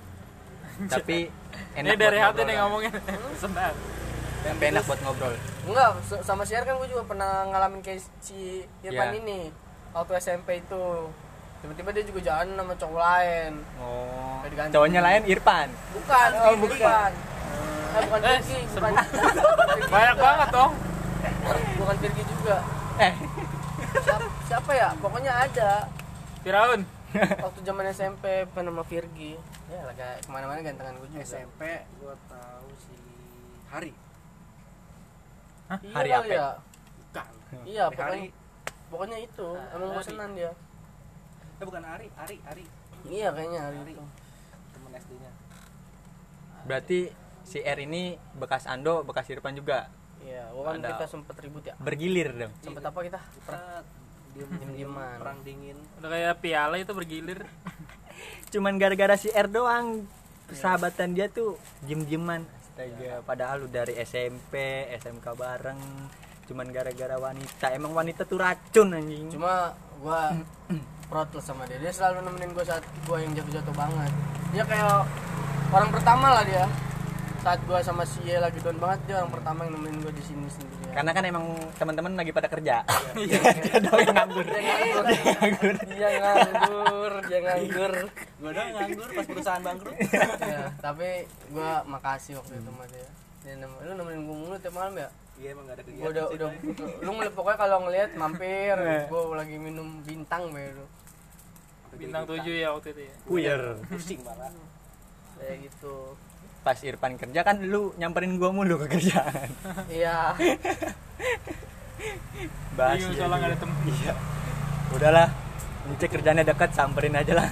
[SPEAKER 1] Tapi
[SPEAKER 3] Ini
[SPEAKER 1] enak
[SPEAKER 3] dari
[SPEAKER 1] buat
[SPEAKER 3] hati
[SPEAKER 1] ngobrol
[SPEAKER 3] nih
[SPEAKER 1] kan.
[SPEAKER 3] ngomongin. Senang.
[SPEAKER 1] Tapi enak buat ngobrol.
[SPEAKER 2] Enggak, s- sama si R kan gue juga pernah ngalamin kayak si Irfan
[SPEAKER 1] Iya.
[SPEAKER 2] ini waktu S M P itu. Tiba-tiba dia juga jalan sama cowok lain.
[SPEAKER 1] Oh.
[SPEAKER 2] Kayak diganti.
[SPEAKER 1] Cowoknya lain Irfan.
[SPEAKER 2] Bukan,
[SPEAKER 1] Oh,
[SPEAKER 2] bukan. bukan. Eh, bukan
[SPEAKER 3] Eh,
[SPEAKER 2] Virgi,
[SPEAKER 3] seru.
[SPEAKER 2] bukan.
[SPEAKER 3] Banyak banget dong.
[SPEAKER 2] Bukan Virgi juga.
[SPEAKER 1] Eh,
[SPEAKER 2] Siapa, siapa ya? Pokoknya ada.
[SPEAKER 3] Firaun.
[SPEAKER 2] Waktu zaman S M P pernah sama Virgi. Ya, lagi kemana-mana gantengan gue juga.
[SPEAKER 4] S M P gue tahu si Hari.
[SPEAKER 2] Iya
[SPEAKER 1] Hari
[SPEAKER 2] kali
[SPEAKER 1] apa?
[SPEAKER 2] ya?
[SPEAKER 4] Bukan.
[SPEAKER 2] Iya,
[SPEAKER 4] Hari.
[SPEAKER 2] pokoknya pokoknya itu. Emang
[SPEAKER 3] Hari.
[SPEAKER 2] bosenan dia.
[SPEAKER 4] Eh bukan Hari, Hari, Hari.
[SPEAKER 2] Iya kayaknya hari
[SPEAKER 4] Hari.
[SPEAKER 2] itu.
[SPEAKER 4] Temen S D-nya.
[SPEAKER 1] berarti si R ini bekas Ando, bekas Irfan juga.
[SPEAKER 2] Iya, gua kan
[SPEAKER 1] Ada.
[SPEAKER 2] kita sempet ribut ya.
[SPEAKER 1] Bergilir dong.
[SPEAKER 2] Sempet apa kita?
[SPEAKER 4] Kita diem
[SPEAKER 2] Diem-dieman.
[SPEAKER 4] perang dingin.
[SPEAKER 3] Udah kayak piala itu bergilir.
[SPEAKER 1] Cuman gara-gara si R doang. Persahabatan dia tuh diem-dieman. Astaga, padahal lu dari S M P, S M K bareng. Cuman gara-gara wanita. Emang wanita tuh racun anjing.
[SPEAKER 2] Cuma gua proud lah sama dia. Dia selalu nemenin gua saat gua yang jatuh-jatuh banget. Dia kayak orang pertama lah dia. Saat gua sama si Ye lagi down banget, dia orang pertama yang nemenin gua di sini sendiri.
[SPEAKER 1] Karena kan emang teman-teman lagi pada kerja. Iya, dia doang yang nganggur.
[SPEAKER 2] Dia nganggur, dia nganggur, dia nganggur.
[SPEAKER 4] Gue doang nganggur pas perusahaan bangkrut.
[SPEAKER 2] Ya, tapi gua makasih waktu itu sama dia. Dia nem- lu nemenin gua mulu tiap malam ya.
[SPEAKER 4] Iya emang gak ada kegiatan.
[SPEAKER 2] Gua udah
[SPEAKER 4] sih,
[SPEAKER 2] udah
[SPEAKER 4] Boy.
[SPEAKER 2] lu ngeliat pokoknya kalau ngeliat mampir, gua lagi minum bintang baru.
[SPEAKER 3] Bintang tujuh ya waktu itu ya.
[SPEAKER 1] Puyer.
[SPEAKER 4] Pusing malah.
[SPEAKER 2] Kayak gitu.
[SPEAKER 1] Pas Irfan kerja kan lu nyamperin gua mulu ke kerjaan.
[SPEAKER 2] Iya.
[SPEAKER 1] Bahas
[SPEAKER 3] Bingung
[SPEAKER 1] ya
[SPEAKER 3] soalnya nggak ada
[SPEAKER 1] juga.
[SPEAKER 3] temen.
[SPEAKER 1] Iya. Udahlah. Ini cek kerjanya dekat, samperin aja lah.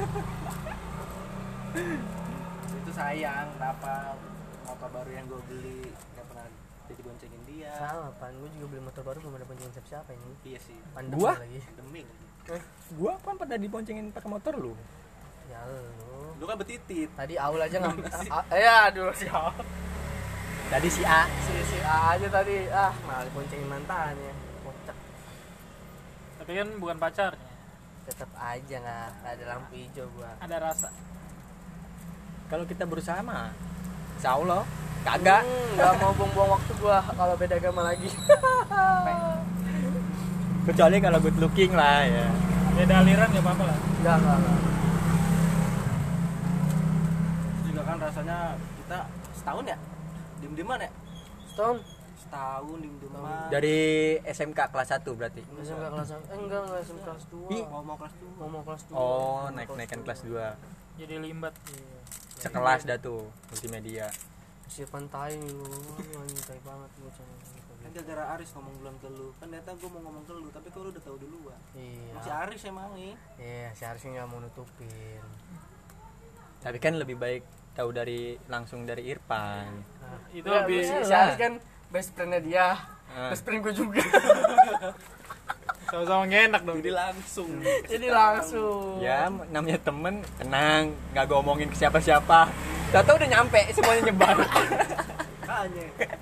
[SPEAKER 4] Itu sayang kenapa motor baru yang gue beli gak pernah jadi boncengin dia.
[SPEAKER 2] Sama pan, gua juga beli motor baru belum ada boncengin siapa-siapa ini.
[SPEAKER 4] Iya sih.
[SPEAKER 2] Pandemi
[SPEAKER 1] Gua?
[SPEAKER 2] lagi.
[SPEAKER 4] Demi.
[SPEAKER 1] Gua kan pada diboncengin pakai motor lu.
[SPEAKER 2] Ya lu.
[SPEAKER 4] Lu kan betitit.
[SPEAKER 2] Tadi Aul aja ngambil. Ya aduh si Aul.
[SPEAKER 1] Tadi si A.
[SPEAKER 2] Si si A aja tadi ah malah boncengin mantannya. Kocak.
[SPEAKER 3] Tapi kan bukan pacarnya.
[SPEAKER 2] tetap aja nggak ada lampu hijau gua.
[SPEAKER 3] Ada rasa.
[SPEAKER 1] Kalau kita berusaha mah insya Allah kagak.
[SPEAKER 2] Hmm, nggak mau buang-buang waktu gua kalau beda agama lagi.
[SPEAKER 1] Kecuali kalau good looking lah ya.
[SPEAKER 3] Beda aliran ya apa-apa lah.
[SPEAKER 2] Enggak, enggak, enggak.
[SPEAKER 4] Juga kan rasanya kita setahun ya diem-dieman ya,
[SPEAKER 2] Setahun.
[SPEAKER 4] setahun diem-dieman.
[SPEAKER 1] Dari S M K kelas satu berarti.
[SPEAKER 2] S M K kelas satu. Eh, enggak, enggak S M K kelas dua.
[SPEAKER 1] Ih.
[SPEAKER 4] mau mau kelas dua.
[SPEAKER 2] Mau mau kelas dua.
[SPEAKER 1] Oh, naik-naikan kelas dua.
[SPEAKER 3] Jadi limbat.
[SPEAKER 2] Iya.
[SPEAKER 1] Sekelas dah tuh multimedia.
[SPEAKER 2] Si pantai lu, pantai banget lu cara
[SPEAKER 4] Kan gara-gara Aris ngomong duluan ke lu. Kan ternyata gue mau ngomong ke lu, tapi kau udah tahu duluan.
[SPEAKER 2] Iya.
[SPEAKER 4] Masih Aris emang nih.
[SPEAKER 2] Iya, seharusnya nggak mau nutupin.
[SPEAKER 1] Tapi kan lebih baik tahu dari langsung dari Irfan.
[SPEAKER 2] Nah,
[SPEAKER 3] Itu
[SPEAKER 2] ya,
[SPEAKER 3] lebih
[SPEAKER 2] si, si
[SPEAKER 1] lah.
[SPEAKER 2] Aris kan best friend-nya dia.
[SPEAKER 1] Ah.
[SPEAKER 2] Best friend gue juga.
[SPEAKER 3] sama-sama ngenak dong.
[SPEAKER 4] Jadi langsung.
[SPEAKER 2] Jadi langsung.
[SPEAKER 1] Ya namanya temen tenang, nggak gue omongin ke siapa-siapa. Tahu udah nyampe semuanya nyebar.
[SPEAKER 4] Makanya.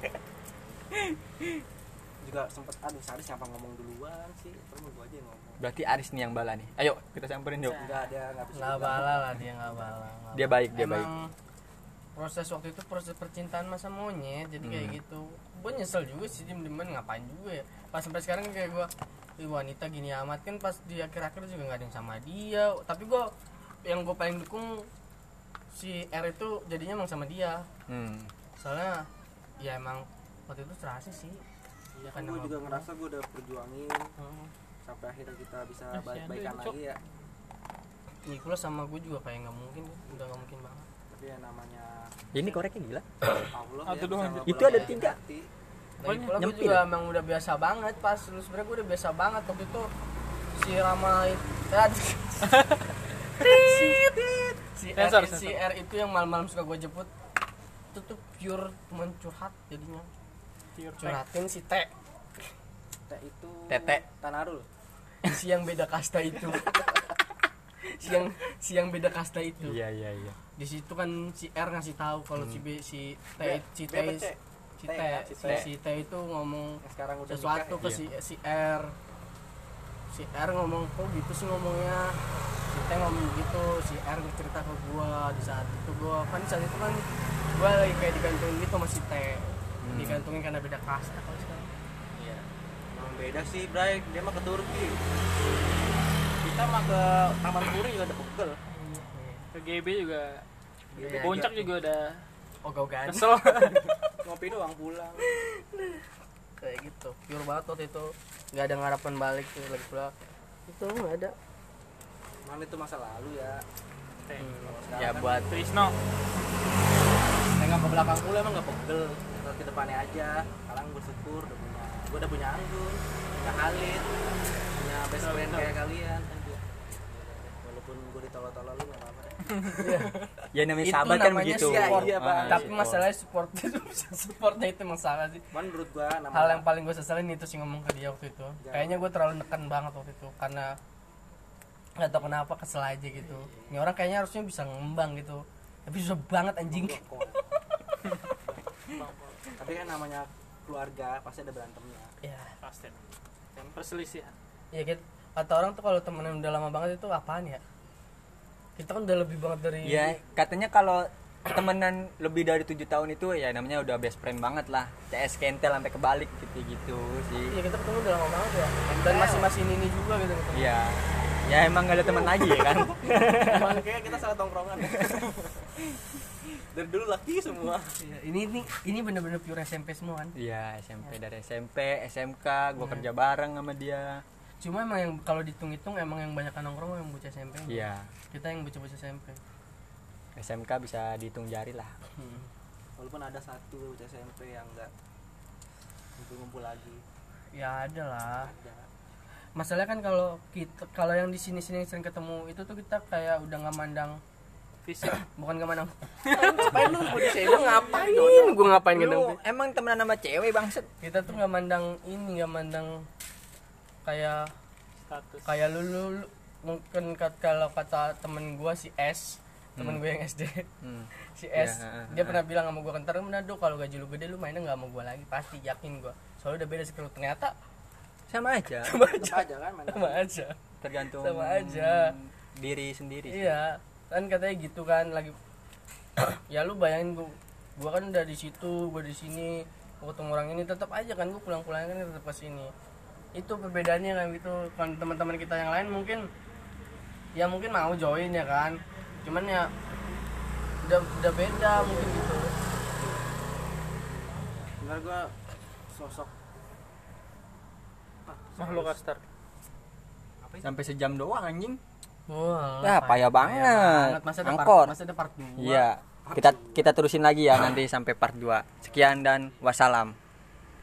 [SPEAKER 4] Juga sempet aduh Aris siapa ngomong duluan sih, terus gue aja yang ngomong.
[SPEAKER 1] Berarti Aris nih yang bala nih. Ayo kita samperin yuk.
[SPEAKER 4] Enggak ada enggak bisa.
[SPEAKER 2] Nggak bala lah dia nggak bala. nggak
[SPEAKER 1] Dia
[SPEAKER 2] bala.
[SPEAKER 1] baik, dia baik.
[SPEAKER 2] Emang proses waktu itu proses percintaan masa monyet, jadi kayak
[SPEAKER 1] Hmm.
[SPEAKER 2] gitu. Gue nyesel juga sih diem-dieman ngapain juga ya. Pas sampai sekarang kayak gue, ih wanita gini amat kan pas di akhir-akhir juga nggak ada yang sama dia. Tapi gue yang gue paling dukung si R itu jadinya emang sama dia.
[SPEAKER 1] Hmm.
[SPEAKER 2] Soalnya ya emang waktu itu serasi sih.
[SPEAKER 4] Iya kan gue juga ngerasa gue udah perjuangin
[SPEAKER 2] Hmm.
[SPEAKER 4] sampai akhirnya kita bisa
[SPEAKER 3] Eh,
[SPEAKER 4] baik-baikan
[SPEAKER 3] siapa itu,
[SPEAKER 4] lagi ya.
[SPEAKER 2] Nicholas sama gue juga kayak nggak mungkin, udah nggak mungkin banget.
[SPEAKER 4] Tapi ya namanya
[SPEAKER 1] Ini koreknya gila.
[SPEAKER 4] Allah
[SPEAKER 3] Satu
[SPEAKER 4] ya,
[SPEAKER 3] doang,
[SPEAKER 4] bisa
[SPEAKER 3] anjir.
[SPEAKER 1] Itu
[SPEAKER 4] ngobrol
[SPEAKER 1] ada
[SPEAKER 4] dari
[SPEAKER 1] tiga.
[SPEAKER 4] hati.
[SPEAKER 2] Lagi pula gue
[SPEAKER 1] nyempil.
[SPEAKER 2] juga emang udah biasa banget pas lu sebenernya gue udah biasa banget waktu itu si Rama itu si R,
[SPEAKER 3] Sensor,
[SPEAKER 2] si
[SPEAKER 3] sensor.
[SPEAKER 2] R itu yang malam-malam suka gue jemput itu tuh pure temen curhat jadinya curhatin si T
[SPEAKER 4] Teh itu
[SPEAKER 1] Tete.
[SPEAKER 4] Tanarul.
[SPEAKER 2] si yang beda kasta itu si yang si yang beda kasta itu
[SPEAKER 1] Iya iya iya.
[SPEAKER 2] di situ kan si R ngasih tahu kalau si B si T
[SPEAKER 4] B-
[SPEAKER 2] si T
[SPEAKER 4] B apa C?
[SPEAKER 2] si
[SPEAKER 4] T
[SPEAKER 2] T
[SPEAKER 4] ya, si
[SPEAKER 2] si,
[SPEAKER 4] T.
[SPEAKER 2] si T itu ngomong
[SPEAKER 4] Yang sekarang udah
[SPEAKER 2] sesuatu
[SPEAKER 4] nikah
[SPEAKER 2] ke
[SPEAKER 1] ya?
[SPEAKER 2] si si R si R ngomong kok gitu sih ngomongnya si T ngomong gitu si R cerita ke gua di saat itu gua kan di saat itu kan gua lagi kayak digantungin gitu sama si T
[SPEAKER 1] Hmm.
[SPEAKER 2] digantungin karena beda kasta kalau sekarang
[SPEAKER 4] Iya. Emang beda sih, Bray. Dia mah ke Turki. Kita mah ke Taman Puri juga ada pegel.
[SPEAKER 3] Ke G B juga.
[SPEAKER 2] Iya,
[SPEAKER 3] Puncak
[SPEAKER 2] iya.
[SPEAKER 3] juga udah
[SPEAKER 2] ogah-ogahan
[SPEAKER 3] kesel.
[SPEAKER 4] Ngopi doang pulang.
[SPEAKER 2] kayak gitu pure banget waktu itu nggak ada ngarapan balik tuh lagi pula itu nggak ada.
[SPEAKER 4] Mana itu masa lalu ya. Kalau sekarang
[SPEAKER 1] Ya
[SPEAKER 4] kan
[SPEAKER 1] buat
[SPEAKER 3] Trisno.
[SPEAKER 4] nengok ke belakang mulu emang nggak pegel. Terus ke depannya aja. Sekarang bersyukur udah punya. Gue udah punya Anggun, punya Khalid, punya best
[SPEAKER 3] Betul,
[SPEAKER 4] friend
[SPEAKER 3] betul.
[SPEAKER 4] kayak kalian. Walaupun gue ditolol-tolol lu nggak apa-apa.
[SPEAKER 1] ya namanya
[SPEAKER 2] Itu
[SPEAKER 1] sahabat kan
[SPEAKER 2] namanya
[SPEAKER 1] begitu.
[SPEAKER 2] support.
[SPEAKER 4] Iya, Bang.
[SPEAKER 1] Ah,
[SPEAKER 2] Tapi
[SPEAKER 1] support.
[SPEAKER 2] masalahnya support itu supportnya itu masalah sih.
[SPEAKER 4] Cuman menurut gue nama
[SPEAKER 2] Hal yang paling gue seselin itu sih ngomong ke dia waktu itu. Kayaknya gue terlalu neken banget waktu itu karena nggak tahu kenapa kesel aja gitu. Ini orang kayaknya harusnya bisa ngembang gitu. Tapi susah banget anjing.
[SPEAKER 4] Tapi kan namanya keluarga pasti ada berantemnya.
[SPEAKER 2] Ya,
[SPEAKER 3] Pasti. Yang perselisihan.
[SPEAKER 2] ya gitu. Kata orang tuh kalau temenan udah lama banget itu apaan ya? Kita kan udah lebih banget dari
[SPEAKER 1] Ya katanya kalau temenan lebih dari tujuh tahun itu ya namanya udah best friend banget lah. C S kentel sampai kebalik gitu gitu sih.
[SPEAKER 2] ya kita ketemu udah lama banget ya. Dan masih masih ini juga gitu. gitu.
[SPEAKER 1] Iya. Ya emang gak ada teman lagi ya kan.
[SPEAKER 4] Emang kayak kita salah tongkrongan. Dari dulu laki semua.
[SPEAKER 2] Iya, ini ini ini bener-bener pure S M P semua kan.
[SPEAKER 1] Iya S M P dari S M P, S M K, gua kerja bareng sama dia.
[SPEAKER 2] Cuma emang yang kalau dihitung-hitung emang yang banyak nongkrong yang bocah S M P.
[SPEAKER 1] Iya.
[SPEAKER 2] Kita yang bocah-bocah S M P.
[SPEAKER 1] S M K bisa dihitung jari lah.
[SPEAKER 2] Hmm.
[SPEAKER 4] Walaupun ada satu S M P yang enggak ngumpul-ngumpul lagi.
[SPEAKER 2] Ya ada lah.
[SPEAKER 4] Ada.
[SPEAKER 2] Masalahnya kan kalau kita kalau yang di sini-sini yang sering ketemu itu tuh kita kayak udah nggak mandang
[SPEAKER 3] Fisik.
[SPEAKER 2] bukan nggak mandang.
[SPEAKER 4] Ngapain lu body
[SPEAKER 2] Gue ngapain? Gue ngapain
[SPEAKER 1] Lu
[SPEAKER 2] gendong?
[SPEAKER 1] emang temenan sama cewek bangset.
[SPEAKER 2] Kita tuh nggak mandang ini nggak mandang kayak
[SPEAKER 3] Status.
[SPEAKER 2] kayak lu, lu, lu mungkin kat- kalau kata temen gue si S temen
[SPEAKER 1] Hmm.
[SPEAKER 2] gue yang S D
[SPEAKER 1] Hmm.
[SPEAKER 2] si S
[SPEAKER 1] Ya,
[SPEAKER 2] dia pernah bilang sama gue kentar Manado kalau gaji lu gede lu mainnya nggak sama gue lagi pasti yakin gue soalnya udah beda sekali ternyata
[SPEAKER 1] Sama aja.
[SPEAKER 2] sama
[SPEAKER 4] Tetep
[SPEAKER 2] aja
[SPEAKER 4] aja kan main.
[SPEAKER 2] sama aja
[SPEAKER 1] tergantung
[SPEAKER 2] Sama aja.
[SPEAKER 1] diri sendiri sih.
[SPEAKER 2] Iya, kan katanya gitu kan lagi. Ya lu bayangin gua, gua kan udah di situ, gua di sini, gua ketemu orang ini tetap aja kan gua pulang-pulang kan tetap ke sini. Itu perbedaannya kan gitu. Kan teman-teman kita yang lain mungkin ya mungkin mau join ya kan. Cuman ya udah udah beda mungkin gitu.
[SPEAKER 4] Bener gua sosok
[SPEAKER 3] Makhluk kasar.
[SPEAKER 1] Sampai sejam doang anjing.
[SPEAKER 2] Wah,
[SPEAKER 1] Ya, payah banget.
[SPEAKER 2] Masa ada
[SPEAKER 1] Angkor.
[SPEAKER 2] part, masa ada part dua.
[SPEAKER 1] Iya, kita kita terusin lagi ya nanti sampai part dua. Sekian dan wassalam.